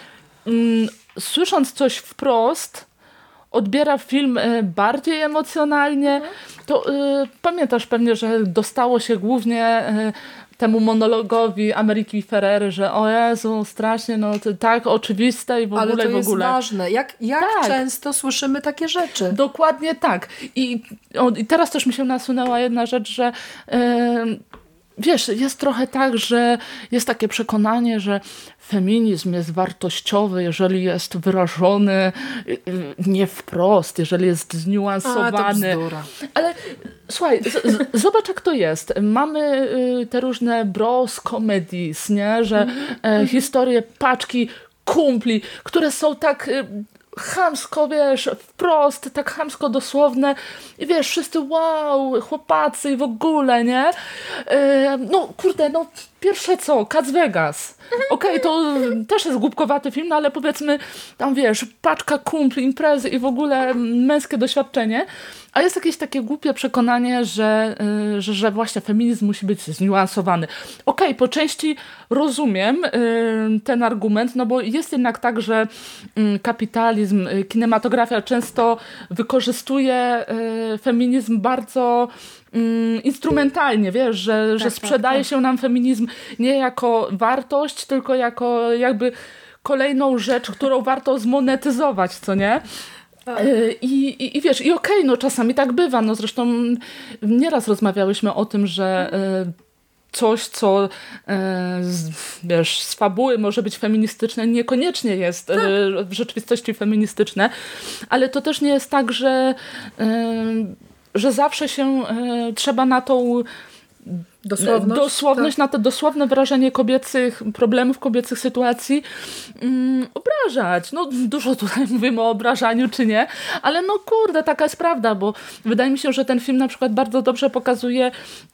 słysząc coś wprost odbiera film bardziej emocjonalnie? To pamiętasz pewnie, że dostało się głównie temu monologowi Ameryki Ferrery, że o Jezu, strasznie, to tak oczywiste i w ogóle. Ale to w ogóle. jest ważne. Jak tak. Często słyszymy takie rzeczy. Dokładnie tak. I teraz też mi się nasunęła jedna rzecz, że wiesz, jest trochę tak, że jest takie przekonanie, że feminizm jest wartościowy, jeżeli jest wyrażony nie wprost, jeżeli jest zniuansowany. Ale słuchaj, zobacz jak to jest. Mamy te różne bros comedies, nie? Że historie paczki kumpli, które są tak chamsko, wiesz, wprost, tak chamsko dosłowne i wiesz, wszyscy wow, chłopacy i w ogóle, nie? Pierwsze co? Cats Vegas. Okej, to też jest głupkowaty film, ale powiedzmy tam, wiesz, paczka kumpli, imprezy i w ogóle męskie doświadczenie. A jest jakieś takie głupie przekonanie, że właśnie feminizm musi być zniuansowany. Okej, po części rozumiem ten argument, bo jest jednak tak, że kapitalizm, kinematografia często wykorzystuje feminizm bardzo instrumentalnie, wiesz, że sprzedaje się nam feminizm nie jako wartość, tylko jako jakby kolejną rzecz, którą warto zmonetyzować, co nie? I wiesz, i okej, czasami tak bywa, zresztą nieraz rozmawiałyśmy o tym, że coś, co wiesz, z fabuły może być feministyczne, niekoniecznie jest w rzeczywistości feministyczne, ale to też nie jest tak, że zawsze się trzeba na tą dosłowność, na to dosłowne wyrażenie kobiecych problemów, kobiecych sytuacji obrażać. Dużo tutaj mówimy o obrażaniu, czy nie, ale kurde, taka jest prawda, bo wydaje mi się, że ten film na przykład bardzo dobrze pokazuje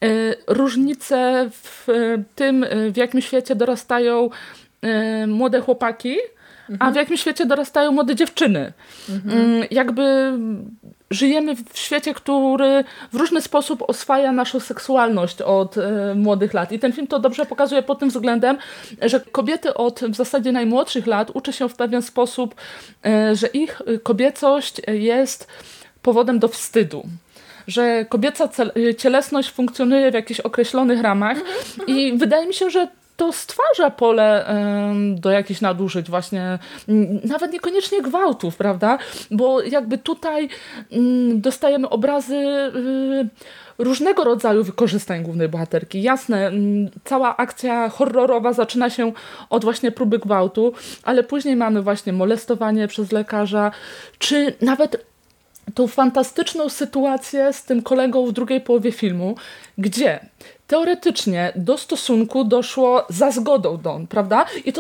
różnice w tym, w jakim świecie dorastają młode chłopaki, a w jakim świecie dorastają młode dziewczyny. Jakby żyjemy w świecie, który w różny sposób oswaja naszą seksualność od młodych lat. I ten film to dobrze pokazuje pod tym względem, że kobiety od w zasadzie najmłodszych lat uczy się w pewien sposób, że ich kobiecość jest powodem do wstydu. Że kobieca cielesność funkcjonuje w jakichś określonych ramach i wydaje mi się, że to stwarza pole do jakichś nadużyć właśnie, nawet niekoniecznie gwałtów, prawda? Bo jakby tutaj dostajemy obrazy różnego rodzaju wykorzystań głównej bohaterki. Jasne, cała akcja horrorowa zaczyna się od właśnie próby gwałtu, ale później mamy właśnie molestowanie przez lekarza, czy nawet tą fantastyczną sytuację z tym kolegą w drugiej połowie filmu, gdzie teoretycznie do stosunku doszło za zgodą Dawn, prawda? I to jest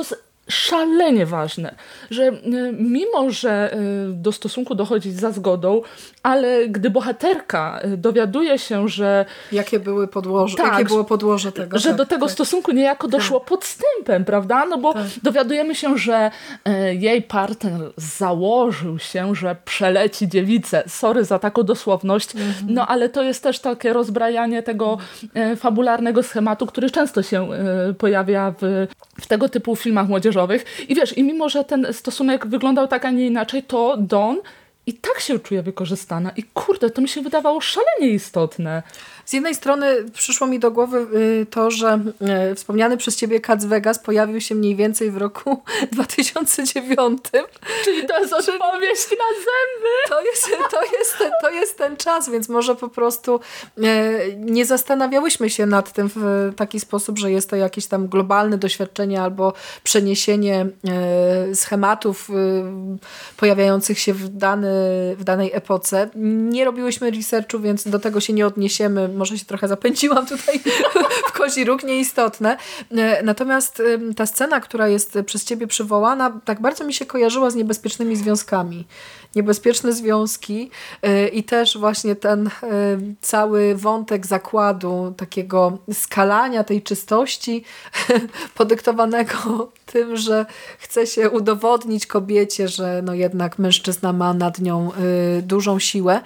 szalenie ważne, że mimo, że do stosunku dochodzi za zgodą, ale gdy bohaterka dowiaduje się, że... Jakie było podłoże tego. Że do tego stosunku niejako doszło podstępem, prawda? No bo dowiadujemy się, że jej partner założył się, że przeleci dziewicę. Sorry za taką dosłowność, no ale to jest też takie rozbrajanie tego fabularnego schematu, który często się pojawia w tego typu filmach młodzieżowych. I wiesz, i mimo, że ten stosunek wyglądał tak, a nie inaczej, to Dawn i tak się czuje wykorzystana. I kurde, to mi się wydawało szalenie istotne. Z jednej strony przyszło mi do głowy to, że wspomniany przez ciebie Cats Vegas pojawił się mniej więcej w roku 2009. Czyli to jest odpowiedź na zęby. To jest ten czas, więc może po prostu nie zastanawiałyśmy się nad tym w taki sposób, że jest to jakieś tam globalne doświadczenie albo przeniesienie schematów pojawiających się w danej epoce. Nie robiłyśmy researchu, więc do tego się nie odniesiemy. Może się trochę zapędziłam tutaj w kozi róg, nieistotne. Natomiast ta scena, która jest przez ciebie przywołana, tak bardzo mi się kojarzyła z niebezpiecznymi związkami. Niebezpieczne związki i też właśnie ten cały wątek zakładu, takiego skalania tej czystości podyktowanego tym, że chce się udowodnić kobiecie, że no jednak mężczyzna ma nad nią dużą siłę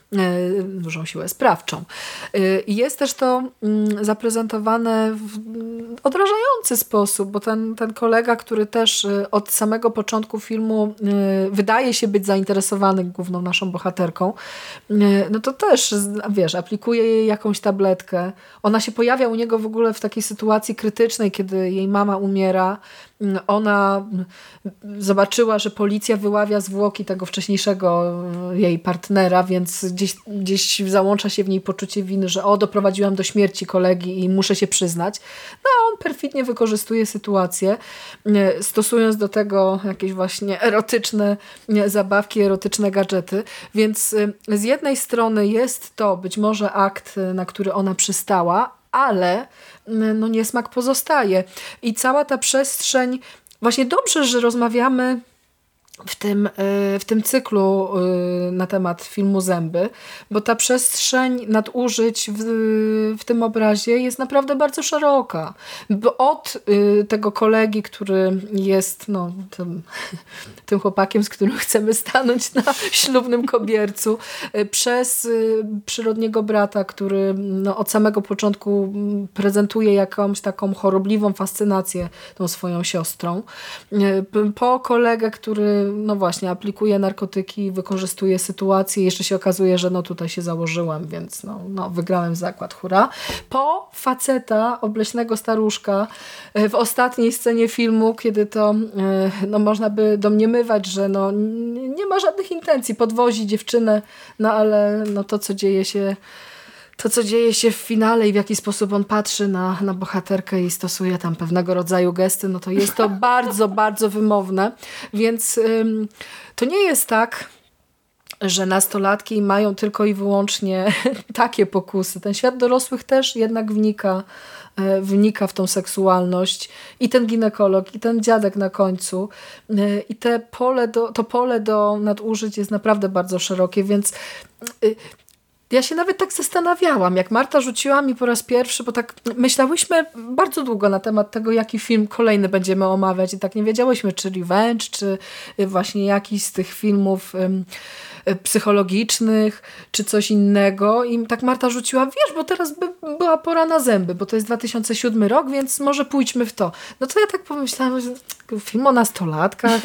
sprawczą. I jest też to zaprezentowane w odrażający sposób, bo ten kolega, który też od samego początku filmu wydaje się być zainteresowany główną naszą bohaterką, no to też, wiesz, aplikuje jej jakąś tabletkę. Ona się pojawia u niego w ogóle w takiej sytuacji krytycznej, kiedy jej mama umiera. Ona zobaczyła, że policja wyławia zwłoki tego wcześniejszego jej partnera, więc gdzieś załącza się w niej poczucie winy, że doprowadziłam do śmierci kolegi i muszę się przyznać. No a on perfidnie wykorzystuje sytuację, stosując do tego jakieś właśnie erotyczne zabawki, erotyczne gadżety. Więc z jednej strony jest to być może akt, na który ona przystała, ale no niesmak pozostaje. I cała ta przestrzeń, właśnie dobrze, że rozmawiamy w tym cyklu na temat filmu Zęby, bo ta przestrzeń nadużyć w tym obrazie jest naprawdę bardzo szeroka. Bo od tego kolegi, który jest tym chłopakiem, z którym chcemy stanąć na ślubnym kobiercu, przez przyrodniego brata, który od samego początku prezentuje jakąś taką chorobliwą fascynację tą swoją siostrą, po kolegę, który właśnie aplikuje narkotyki, wykorzystuje sytuację. Jeszcze się okazuje, że tutaj się założyłem, więc wygrałem zakład, hurra. Po faceta, obleśnego staruszka w ostatniej scenie filmu, kiedy to można by domniemywać, że nie ma żadnych intencji, podwozi dziewczynę, ale to, co dzieje się w finale i w jaki sposób on patrzy na bohaterkę i stosuje tam pewnego rodzaju gesty, to jest to bardzo, bardzo wymowne. Więc to nie jest tak, że nastolatki mają tylko i wyłącznie takie pokusy. Ten świat dorosłych też jednak wnika w tą seksualność. I ten ginekolog, i ten dziadek na końcu. I to pole do nadużyć jest naprawdę bardzo szerokie, więc ja się nawet tak zastanawiałam, jak Marta rzuciła mi po raz pierwszy, bo tak myślałyśmy bardzo długo na temat tego, jaki film kolejny będziemy omawiać i tak nie wiedziałyśmy, czy Revenge, czy właśnie jakiś z tych filmów psychologicznych, czy coś innego. I tak Marta rzuciła, wiesz, bo teraz była pora na Zęby, bo to jest 2007 rok, więc może pójdźmy w to. No to ja tak pomyślałam, że film o nastolatkach,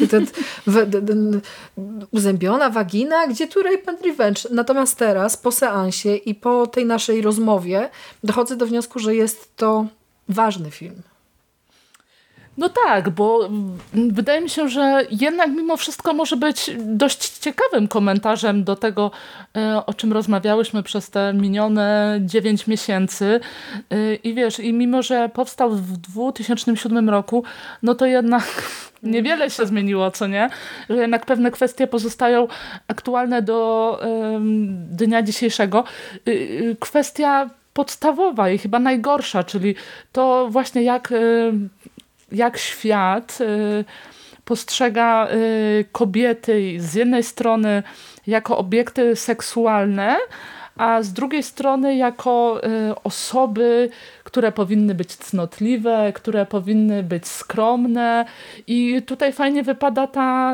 uzębiona wagina, gdzie tu Rape and Revenge? Natomiast teraz, po seansie i po tej naszej rozmowie, dochodzę do wniosku, że jest to ważny film. No tak, bo wydaje mi się, że jednak mimo wszystko może być dość ciekawym komentarzem do tego, o czym rozmawiałyśmy przez te minione 9 miesięcy. I wiesz, i mimo, że powstał w 2007 roku, to jednak niewiele się zmieniło, co nie? Że jednak pewne kwestie pozostają aktualne do dnia dzisiejszego. Kwestia podstawowa i chyba najgorsza, czyli to właśnie jak jak świat postrzega kobiety z jednej strony jako obiekty seksualne, a z drugiej strony jako osoby, które powinny być cnotliwe, które powinny być skromne i tutaj fajnie wypada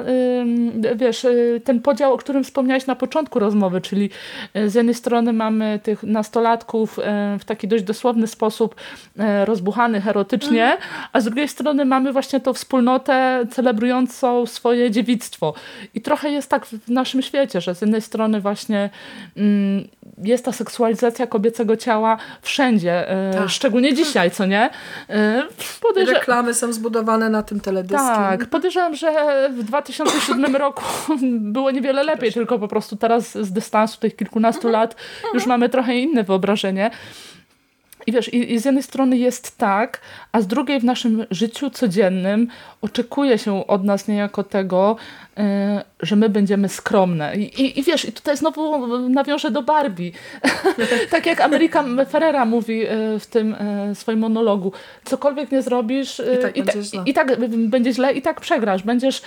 ten podział, o którym wspomniałeś na początku rozmowy, czyli z jednej strony mamy tych nastolatków w taki dość dosłowny sposób rozbuchanych erotycznie, a z drugiej strony mamy właśnie tą wspólnotę celebrującą swoje dziewictwo. I trochę jest tak w naszym świecie, że z jednej strony właśnie jest ta seksualizacja kobiecego ciała wszędzie, szczególnie dzisiaj, co nie? Reklamy są zbudowane na tym teledysku. Tak, podejrzewam, że w 2007 roku było niewiele lepiej, tylko po prostu teraz z dystansu tych kilkunastu lat już mamy trochę inne wyobrażenie. I wiesz, i z jednej strony jest tak, a z drugiej w naszym życiu codziennym oczekuje się od nas niejako tego, że my będziemy skromne. I wiesz, i tutaj znowu nawiążę do Barbie. Tak jak America Ferrera mówi w tym swoim monologu. Cokolwiek nie zrobisz i tak będzie źle, i tak przegrasz. Będziesz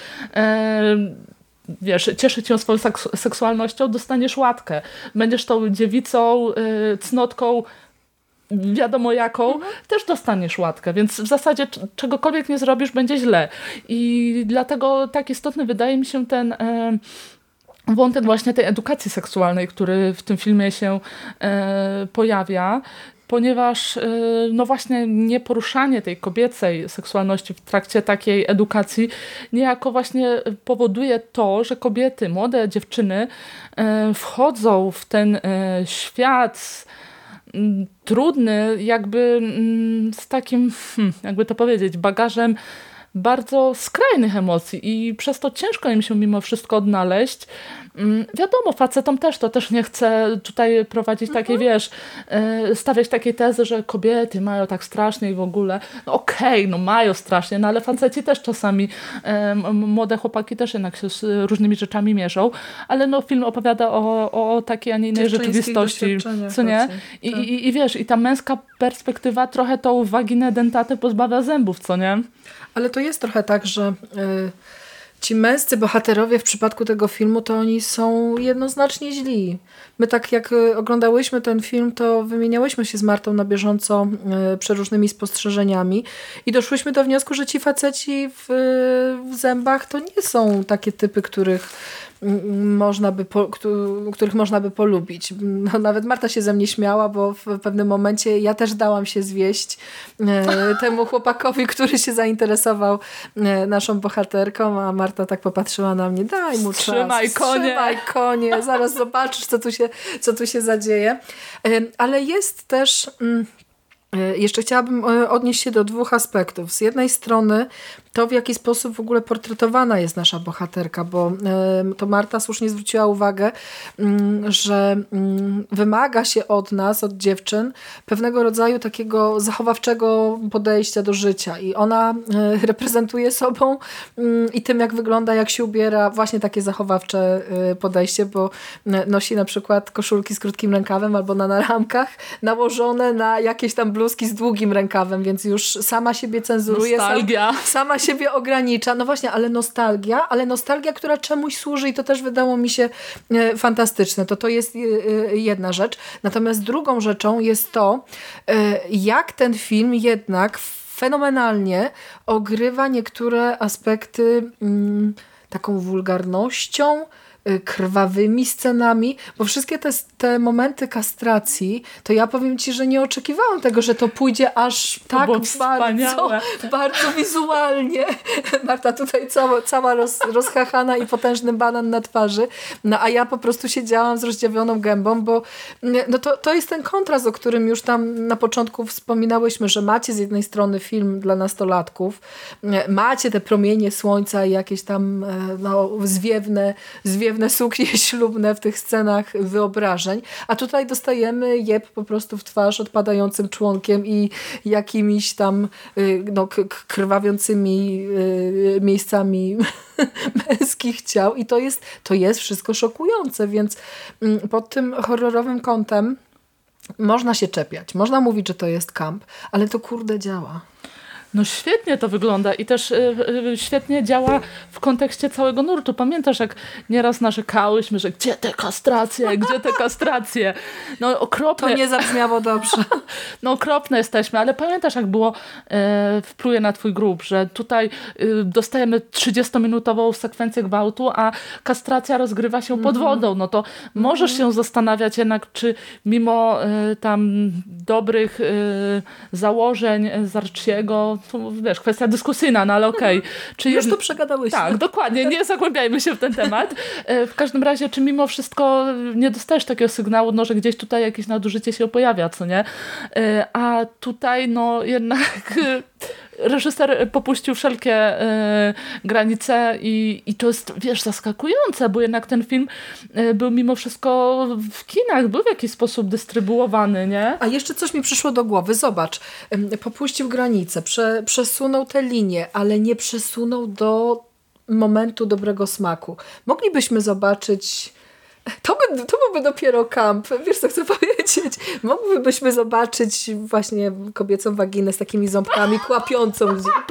wiesz, cieszyć się swoją seksualnością, dostaniesz łatkę. Będziesz tą dziewicą, cnotką, wiadomo jaką, też dostaniesz łatkę, więc w zasadzie czegokolwiek nie zrobisz, będzie źle. I dlatego tak istotny wydaje mi się ten wątek właśnie tej edukacji seksualnej, który w tym filmie się pojawia, ponieważ no właśnie nieporuszanie tej kobiecej seksualności w trakcie takiej edukacji niejako właśnie powoduje to, że kobiety, młode dziewczyny wchodzą w ten świat trudny, jakby z takim, jakby to powiedzieć, bagażem bardzo skrajnych emocji i przez to ciężko im się mimo wszystko odnaleźć. Wiadomo, facetom też to też nie chcę tutaj prowadzić takiej, wiesz, stawiać takiej tezy, że kobiety mają tak strasznie i w ogóle. No okej, no mają strasznie, no ale faceci też czasami, młode chłopaki też jednak się z różnymi rzeczami mierzą, ale no film opowiada o takiej, a nie innej rzeczywistości, co nie? I wiesz, i ta męska perspektywa trochę tą waginę dentatę pozbawia zębów, co nie? Ale to jest trochę tak, że ci męscy bohaterowie w przypadku tego filmu, to oni są jednoznacznie źli. My tak jak oglądałyśmy ten film, to wymieniałyśmy się z Martą na bieżąco przeróżnymi spostrzeżeniami i doszłyśmy do wniosku, że ci faceci w zębach to nie są takie typy, których można by polubić. No, nawet Marta się ze mnie śmiała, bo w pewnym momencie ja też dałam się zwieść temu chłopakowi, który się zainteresował naszą bohaterką, a Marta tak popatrzyła na mnie, daj mu czas, trzymaj konie, zaraz zobaczysz, co tu się zadzieje. Ale jest też... Jeszcze chciałabym odnieść się do dwóch aspektów. Z jednej strony to, w jaki sposób w ogóle portretowana jest nasza bohaterka, bo to Marta słusznie zwróciła uwagę, że wymaga się od nas, od dziewczyn, pewnego rodzaju takiego zachowawczego podejścia do życia i ona reprezentuje sobą i tym, jak wygląda, jak się ubiera, właśnie takie zachowawcze podejście, bo nosi na przykład koszulki z krótkim rękawem albo na ramkach nałożone na jakieś tam bluzki z długim rękawem, więc już sama siebie cenzuruje, sama siebie ogranicza. No właśnie, ale nostalgia, która czemuś służy i to też wydało mi się fantastyczne. To jest jedna rzecz. Natomiast drugą rzeczą jest to, jak ten film jednak fenomenalnie ogrywa niektóre aspekty taką wulgarnością, krwawymi scenami, bo wszystkie te momenty kastracji, to ja powiem ci, że nie oczekiwałam tego, że to pójdzie aż tak bardzo wizualnie. Marta tutaj cała rozchachana i potężny banan na twarzy, no a ja po prostu siedziałam z rozdziawioną gębą, bo no to jest ten kontrast, o którym już tam na początku wspominałyśmy, że macie z jednej strony film dla nastolatków, macie te promienie słońca i jakieś tam zwiewne suknie ślubne w tych scenach wyobrażeń, a tutaj dostajemy jeb po prostu w twarz odpadającym członkiem i jakimiś tam krwawiącymi miejscami męskich ciał i to jest wszystko szokujące, więc pod tym horrorowym kątem można się czepiać, można mówić, że to jest camp, ale to kurde działa. No świetnie to wygląda i też świetnie działa w kontekście całego nurtu. Pamiętasz, jak nieraz narzekałyśmy, że gdzie te kastracje? No okropne. To nie zabrzmiało dobrze. No okropne jesteśmy, ale pamiętasz, jak było wpluje na twój grób, że tutaj dostajemy 30-minutową sekwencję gwałtu, a kastracja rozgrywa się pod wodą. No to możesz się zastanawiać jednak, czy mimo tam dobrych założeń Zarczyego, to wiesz, kwestia dyskusyjna, no ale okej. Już to przegadałyśmy. Tak, dokładnie, nie zagłębiajmy się w ten temat. W każdym razie, czy mimo wszystko nie dostajesz takiego sygnału, no, że gdzieś tutaj jakieś nadużycie się pojawia, co nie? A tutaj no jednak reżyser popuścił wszelkie granice i to jest, wiesz, zaskakujące, bo jednak ten film był mimo wszystko w kinach, był w jakiś sposób dystrybuowany, nie? A jeszcze coś mi przyszło do głowy. Zobacz, popuścił granice, przesunął te linie, ale nie przesunął do momentu dobrego smaku. Moglibyśmy zobaczyć... To byłby dopiero kamp. Wiesz, co chcę powiedzieć? Moglibyśmy zobaczyć właśnie kobiecą waginę z takimi ząbkami kłapiącą.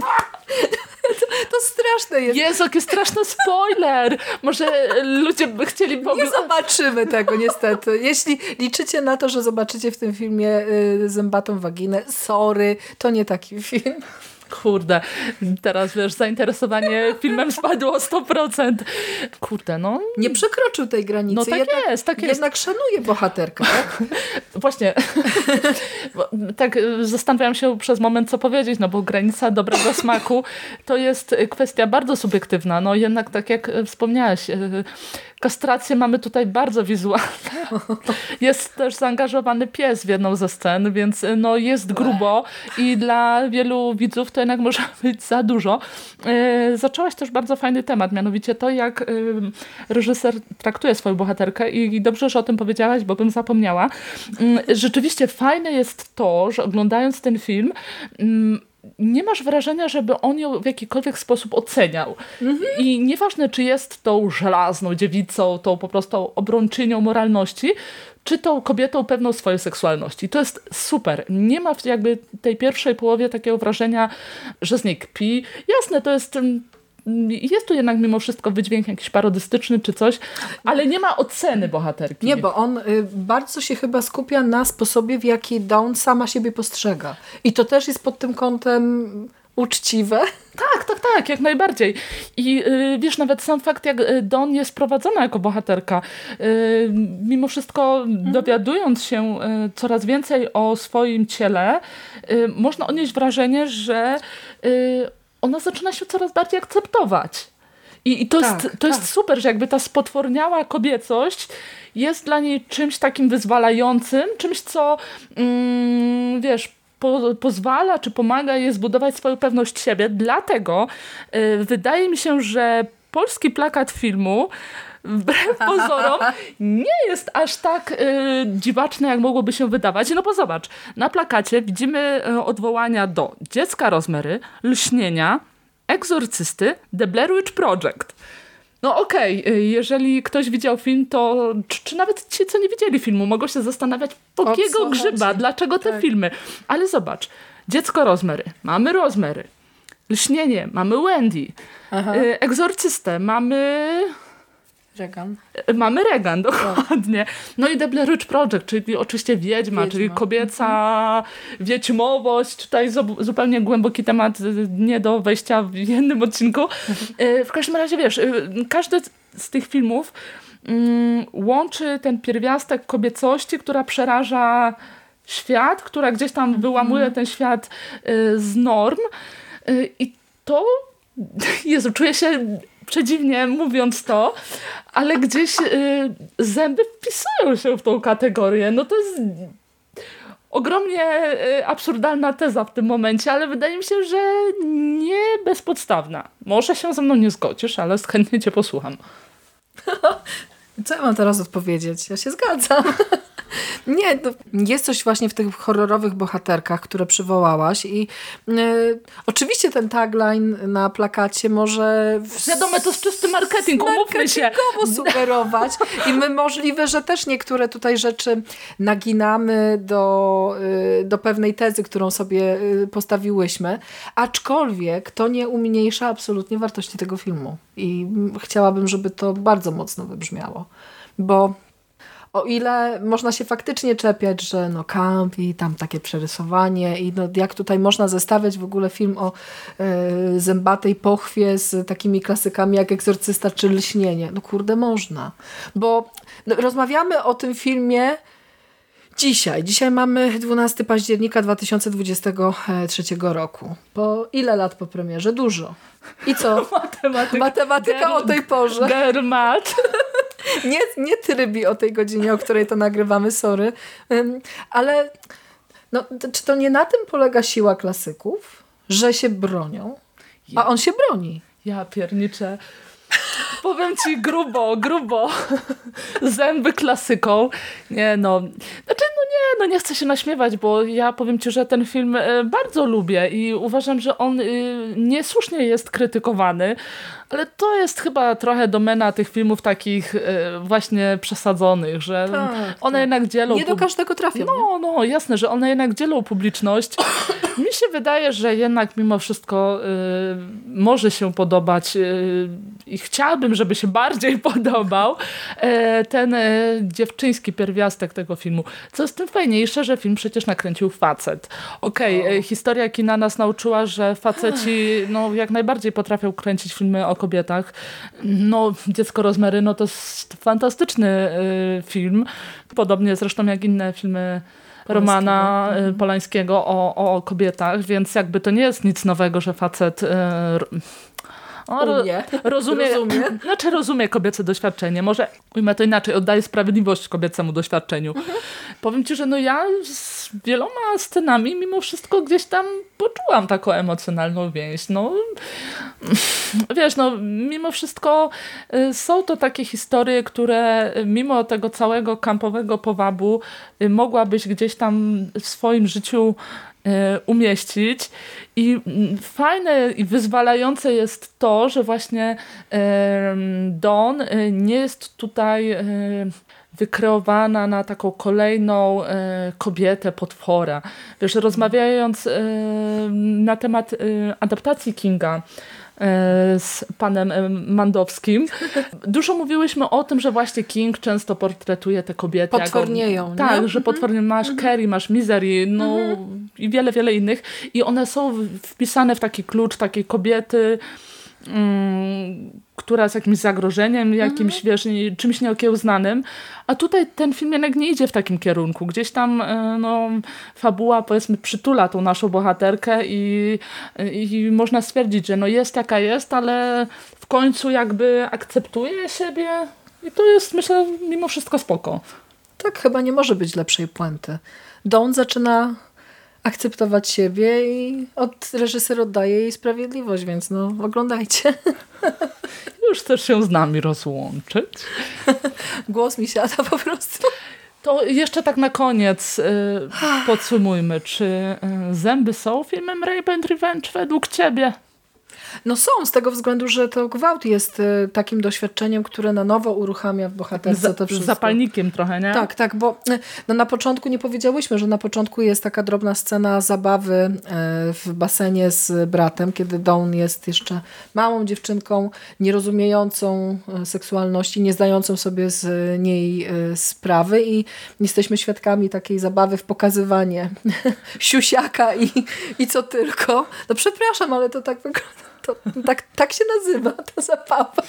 To straszne jest. Jezu, jaki straszny spoiler! Może ludzie by chcieli... Nie zobaczymy tego niestety. Jeśli liczycie na to, że zobaczycie w tym filmie zębatą waginę, sorry, to nie taki film. Kurde, teraz wiesz, zainteresowanie filmem spadło o 100%. Kurde, no. Nie przekroczył tej granicy. No tak jest. Jednak szanuje bohaterkę, tak? Właśnie. Tak zastanawiam się przez moment, co powiedzieć, no bo granica dobrego smaku to jest kwestia bardzo subiektywna. No jednak tak jak wspomniałaś, kastrację mamy tutaj bardzo wizualne. Jest też zaangażowany pies w jedną ze scen, więc no jest grubo i dla wielu widzów to jednak może być za dużo. Zaczęłaś też bardzo fajny temat, mianowicie to, jak reżyser traktuje swoją bohaterkę i dobrze, że o tym powiedziałaś, bo bym zapomniała. Rzeczywiście fajne jest to, że oglądając ten film nie masz wrażenia, żeby on ją w jakikolwiek sposób oceniał. I nieważne, czy jest tą żelazną dziewicą, tą po prostu obrończynią moralności, czy tą kobietą pewną swojej seksualności. To jest super. Nie ma jakby tej pierwszej połowie takiego wrażenia, że z niej kpi. Jasne, to jest tu jednak mimo wszystko wydźwięk jakiś parodystyczny czy coś, ale nie ma oceny bohaterki. Nie, bo on bardzo się chyba skupia na sposobie, w jaki Dawn sama siebie postrzega. I to też jest pod tym kątem uczciwe. Tak, jak najbardziej. I wiesz, nawet sam fakt, jak Dawn jest prowadzona jako bohaterka, mimo wszystko dowiadując się coraz więcej o swoim ciele, można odnieść wrażenie, że ona zaczyna się coraz bardziej akceptować. I to jest super, że jakby ta spotworniała kobiecość jest dla niej czymś takim wyzwalającym, czymś, co wiesz, pozwala czy pomaga jej zbudować swoją pewność siebie. Dlatego wydaje mi się, że polski plakat filmu wbrew pozorom nie jest aż tak dziwaczny, jak mogłoby się wydawać. No bo zobacz, na plakacie widzimy odwołania do Dziecka Rosemary, Lśnienia, Egzorcysty, The Blair Witch Project. No okej, jeżeli ktoś widział film, to czy nawet ci, co nie widzieli filmu, mogą się zastanawiać, po jakiego grzyba, dlaczego te filmy. Ale zobacz, Dziecko Rosemary, mamy Rosemary, Lśnienie, mamy Wendy, Egzorcystę, mamy... Mamy Regan, dokładnie. No i The Blair Witch Project, czyli oczywiście Wiedźma, czyli kobieca wiedźmowość. Tutaj zupełnie głęboki temat, nie do wejścia w jednym odcinku. W każdym razie, wiesz, każdy z tych filmów łączy ten pierwiastek kobiecości, która przeraża świat, która gdzieś tam wyłamuje ten świat z norm. I to, Jezu, czuję się przedziwnie mówiąc to, ale gdzieś zęby wpisują się w tą kategorię. No to jest ogromnie absurdalna teza w tym momencie, ale wydaje mi się, że nie bezpodstawna. Może się ze mną nie zgodzisz, ale chętnie cię posłucham. Co ja mam teraz odpowiedzieć? Ja się zgadzam. Nie, jest coś właśnie w tych horrorowych bohaterkach, które przywołałaś i oczywiście ten tagline na plakacie może... Wiadomo, to jest czysty marketing, umówmy się. Sugerować i my możliwe, że też niektóre tutaj rzeczy naginamy do pewnej tezy, którą sobie postawiłyśmy, aczkolwiek to nie umniejsza absolutnie wartości tego filmu i chciałabym, żeby to bardzo mocno wybrzmiało, bo o ile można się faktycznie czepiać, że camp i tam takie przerysowanie i jak tutaj można zestawiać w ogóle film o zębatej pochwie z takimi klasykami jak Egzorcysta czy Lśnienie. Kurde, można. Bo rozmawiamy o tym filmie dzisiaj. Dzisiaj mamy 12 października 2023 roku. Po ile lat po premierze? Dużo. I co? Matematyka o tej porze. Dermat. Nie trybi o tej godzinie, o której to nagrywamy, sorry. Ale czy to nie na tym polega siła klasyków? Że się bronią? A on się broni. Ja pierniczę. Powiem ci grubo. Zęby klasyką. Nie chcę się naśmiewać, bo ja powiem ci, że ten film bardzo lubię i uważam, że on niesłusznie jest krytykowany, ale to jest chyba trochę domena tych filmów takich właśnie przesadzonych, że one jednak dzielą... Nie do każdego trafią. Jasne, że one jednak dzielą publiczność. Mi się wydaje, że jednak mimo wszystko może się podobać i chciałabym, żeby się bardziej podobał ten dziewczyński pierwiastek tego filmu. Co jest tym fajniejsze, że film przecież nakręcił facet. Historia kina nas nauczyła, że faceci jak najbardziej potrafią kręcić filmy o kobietach. Dziecko Rozmery, to jest fantastyczny film. Podobnie zresztą jak inne filmy Romana Polańskiego o kobietach, więc jakby to nie jest nic nowego, że facet rozumie kobiece doświadczenie. Może ujmę to inaczej, oddaje sprawiedliwość kobiecemu doświadczeniu. Powiem ci, że ja z wieloma scenami mimo wszystko gdzieś tam poczułam taką emocjonalną więź. Mimo wszystko są to takie historie, które mimo tego całego kampowego powabu mogłabyś gdzieś tam w swoim życiu umieścić i fajne i wyzwalające jest to, że właśnie Dawn nie jest tutaj wykreowana na taką kolejną kobietę potwora. Wiesz, rozmawiając na temat adaptacji Kinga z panem Mandowskim. Dużo mówiłyśmy o tym, że właśnie King często portretuje te kobiety. Potwornieją. Tak, że potwornie masz Carrie, masz Misery, i wiele, wiele innych. I one są wpisane w taki klucz takiej kobiety, która jest jakimś zagrożeniem, jakimś, czymś nieokiełznanym. A tutaj ten film jednak nie idzie w takim kierunku. Gdzieś tam fabuła, powiedzmy, przytula tą naszą bohaterkę i można stwierdzić, że jest jaka jest, ale w końcu jakby akceptuje siebie i to jest, myślę, mimo wszystko spoko. Tak, chyba nie może być lepszej puenty. Dawn zaczyna akceptować siebie i reżyser oddaje jej sprawiedliwość, więc oglądajcie. Już chcesz się z nami rozłączyć? Głos mi siada po prostu. To jeszcze tak na koniec podsumujmy, czy Zęby są filmem Rape and Revenge według ciebie? Są, z tego względu, że to gwałt jest takim doświadczeniem, które na nowo uruchamia w bohaterce to wszystko. Z zapalnikiem trochę, nie? Tak, bo na początku nie powiedziałyśmy, że na początku jest taka drobna scena zabawy w basenie z bratem, kiedy Dawn jest jeszcze małą dziewczynką, nierozumiejącą seksualności, nie zdającą sobie z niej sprawy i jesteśmy świadkami takiej zabawy w pokazywanie siusiaka i co tylko. Przepraszam, ale to tak wygląda. Tak się nazywa ta zabawa.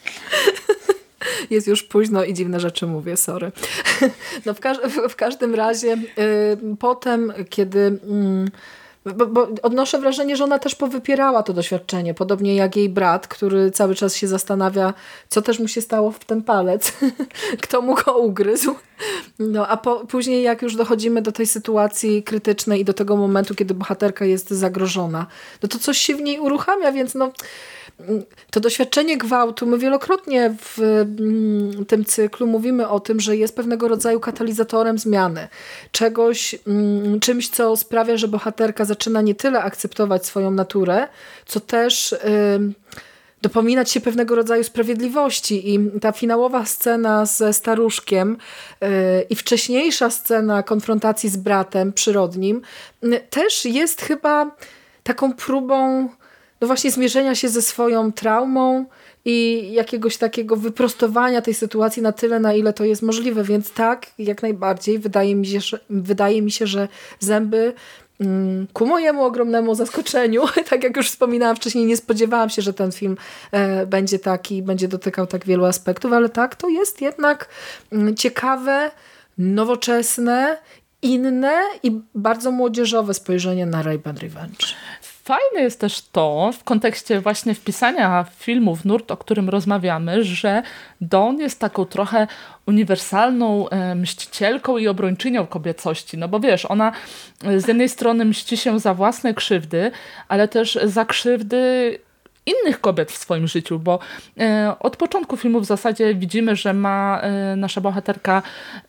Jest już późno i dziwne rzeczy mówię, sorry. W każdym razie potem, kiedy... Bo odnoszę wrażenie, że ona też powypierała to doświadczenie, podobnie jak jej brat, który cały czas się zastanawia, co też mu się stało w ten palec, kto mu go ugryzł. A później jak już dochodzimy do tej sytuacji krytycznej i do tego momentu, kiedy bohaterka jest zagrożona, to coś się w niej uruchamia, więc to doświadczenie gwałtu, my wielokrotnie w tym cyklu mówimy o tym, że jest pewnego rodzaju katalizatorem zmiany. Czymś, co sprawia, że bohaterka zaczyna nie tyle akceptować swoją naturę, co też dopominać się pewnego rodzaju sprawiedliwości. I ta finałowa scena ze staruszkiem i wcześniejsza scena konfrontacji z bratem przyrodnim też jest chyba taką próbą no właśnie zmierzenia się ze swoją traumą i jakiegoś takiego wyprostowania tej sytuacji na tyle, na ile to jest możliwe. Więc tak, jak najbardziej wydaje mi się, że Zęby ku mojemu ogromnemu zaskoczeniu, tak jak już wspominałam wcześniej, nie spodziewałam się, że ten film będzie taki, będzie dotykał tak wielu aspektów, ale tak, to jest jednak ciekawe, nowoczesne, inne i bardzo młodzieżowe spojrzenie na Rape and Revenge. Fajne jest też to, w kontekście właśnie wpisania filmu w nurt, o którym rozmawiamy, że Dawn jest taką trochę uniwersalną mścicielką i obrończynią kobiecości. No bo wiesz, ona z jednej strony mści się za własne krzywdy, ale też za krzywdy innych kobiet w swoim życiu, bo od początku filmu w zasadzie widzimy, że ma nasza bohaterka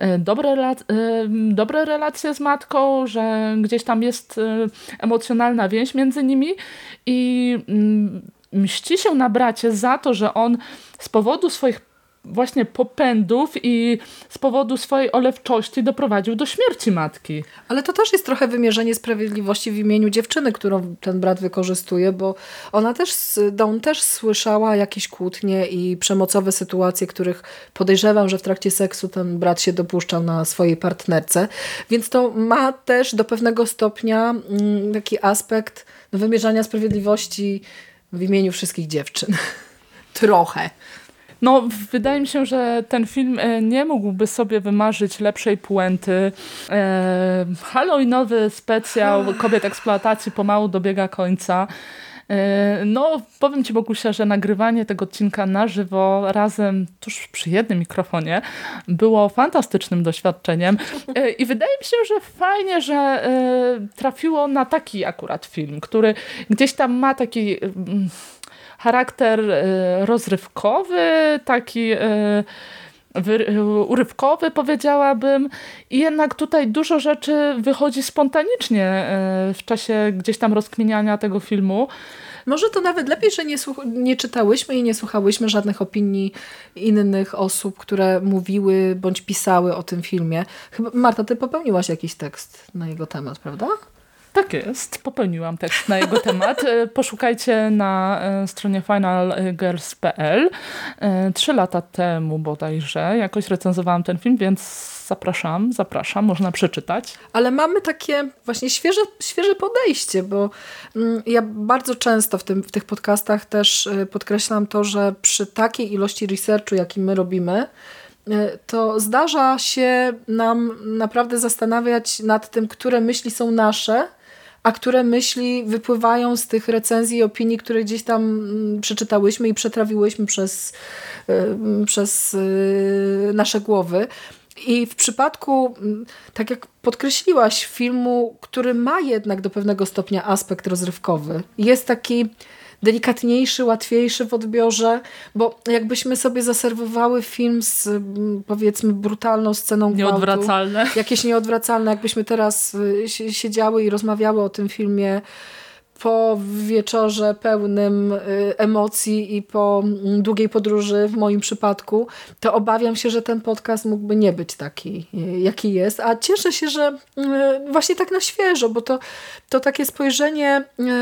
dobre relacje z matką, że gdzieś tam jest emocjonalna więź między nimi i mści się na bracie za to, że on z powodu swoich właśnie popędów i z powodu swojej olewczości doprowadził do śmierci matki. Ale to też jest trochę wymierzenie sprawiedliwości w imieniu dziewczyny, którą ten brat wykorzystuje, bo Dawn też słyszała jakieś kłótnie i przemocowe sytuacje, których podejrzewam, że w trakcie seksu ten brat się dopuszczał na swojej partnerce. Więc to ma też do pewnego stopnia taki aspekt wymierzania sprawiedliwości w imieniu wszystkich dziewczyn. Trochę. No, wydaje mi się, że ten film nie mógłby sobie wymarzyć lepszej puenty. Halloweenowy specjał kobiet eksploatacji pomału dobiega końca. No, powiem Ci, Bogusia, że nagrywanie tego odcinka na żywo razem tuż przy jednym mikrofonie było fantastycznym doświadczeniem i wydaje mi się, że fajnie, że trafiło na taki akurat film, który gdzieś tam ma taki charakter rozrywkowy, taki urywkowy, powiedziałabym. I jednak tutaj dużo rzeczy wychodzi spontanicznie w czasie gdzieś tam rozkminiania tego filmu. Może to nawet lepiej, że nie czytałyśmy i nie słuchałyśmy żadnych opinii innych osób, które mówiły bądź pisały o tym filmie. Chyba, Marta, ty popełniłaś jakiś tekst na jego temat, prawda? Tak jest, popełniłam tekst na jego temat. Poszukajcie na stronie finalgirls.pl. 3 lata temu bodajże jakoś recenzowałam ten film, więc zapraszam, można przeczytać. Ale mamy takie właśnie świeże podejście, bo ja bardzo często w tych podcastach też podkreślam to, że przy takiej ilości researchu, jaki my robimy, to zdarza się nam naprawdę zastanawiać nad tym, które myśli są nasze, a które myśli wypływają z tych recenzji i opinii, które gdzieś tam przeczytałyśmy i przetrawiłyśmy przez nasze głowy. I w przypadku, tak jak podkreśliłaś, filmu, który ma jednak do pewnego stopnia aspekt rozrywkowy, jest taki delikatniejszy, łatwiejszy w odbiorze, bo jakbyśmy sobie zaserwowały film z, powiedzmy, brutalną sceną gwałtu. Nieodwracalne. Jakieś nieodwracalne. Jakbyśmy teraz siedziały i rozmawiały o tym filmie po wieczorze pełnym emocji i po długiej podróży w moim przypadku, to obawiam się, że ten podcast mógłby nie być taki, jaki jest. A cieszę się, że właśnie tak na świeżo, bo to takie spojrzenie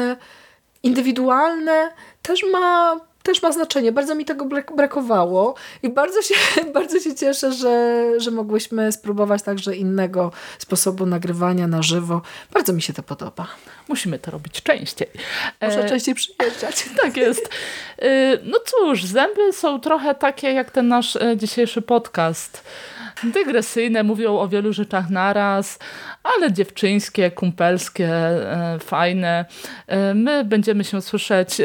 indywidualne też ma znaczenie. Bardzo mi tego brakowało i bardzo się cieszę, że mogłyśmy spróbować także innego sposobu nagrywania na żywo. Bardzo mi się to podoba. Musimy to robić częściej. Muszę częściej przyjeżdżać. Tak jest. No cóż, Zęby są trochę takie jak ten nasz dzisiejszy podcast. Dygresyjne, mówią o wielu rzeczach naraz, ale dziewczyńskie, kumpelskie, fajne. My będziemy się słyszeć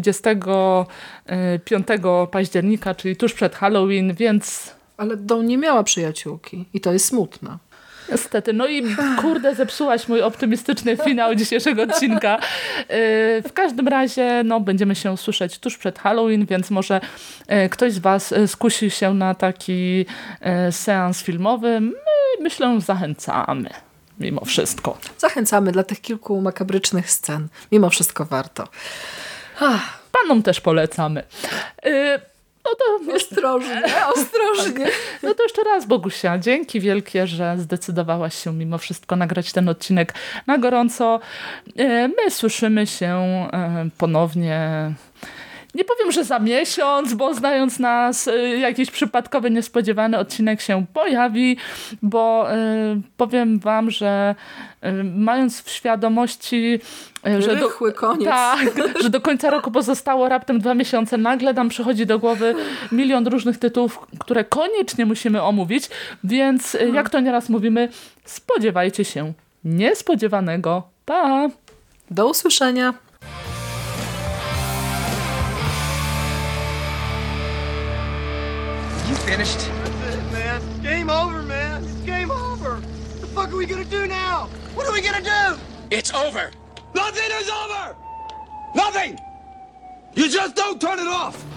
25 października, czyli tuż przed Halloween, więc... Ale Dawn nie miała przyjaciółki i to jest smutne. Niestety. No i kurde, zepsułaś mój optymistyczny finał dzisiejszego odcinka. W każdym razie będziemy się słyszeć tuż przed Halloween, więc może ktoś z was skusi się na taki seans filmowy. My, myślę, zachęcamy. Mimo wszystko. Zachęcamy dla tych kilku makabrycznych scen. Mimo wszystko warto. Panom też polecamy. Ostrożnie. No to jeszcze raz, Bogusia, dzięki wielkie, że zdecydowałaś się mimo wszystko nagrać ten odcinek na gorąco. My słyszymy się ponownie. Nie powiem, że za miesiąc, bo znając nas, jakiś przypadkowy, niespodziewany odcinek się pojawi, bo powiem wam, że mając w świadomości, że koniec. Tak, że do końca roku pozostało raptem 2 miesiące, nagle nam przychodzi do głowy milion różnych tytułów, które koniecznie musimy omówić, więc jak to nieraz mówimy, spodziewajcie się niespodziewanego. Pa! Do usłyszenia. You finished? That's it, man. Game over, man. It's game over. What the fuck are we gonna do now? What are we gonna do? It's over. Nothing is over! Nothing! You just don't turn it off!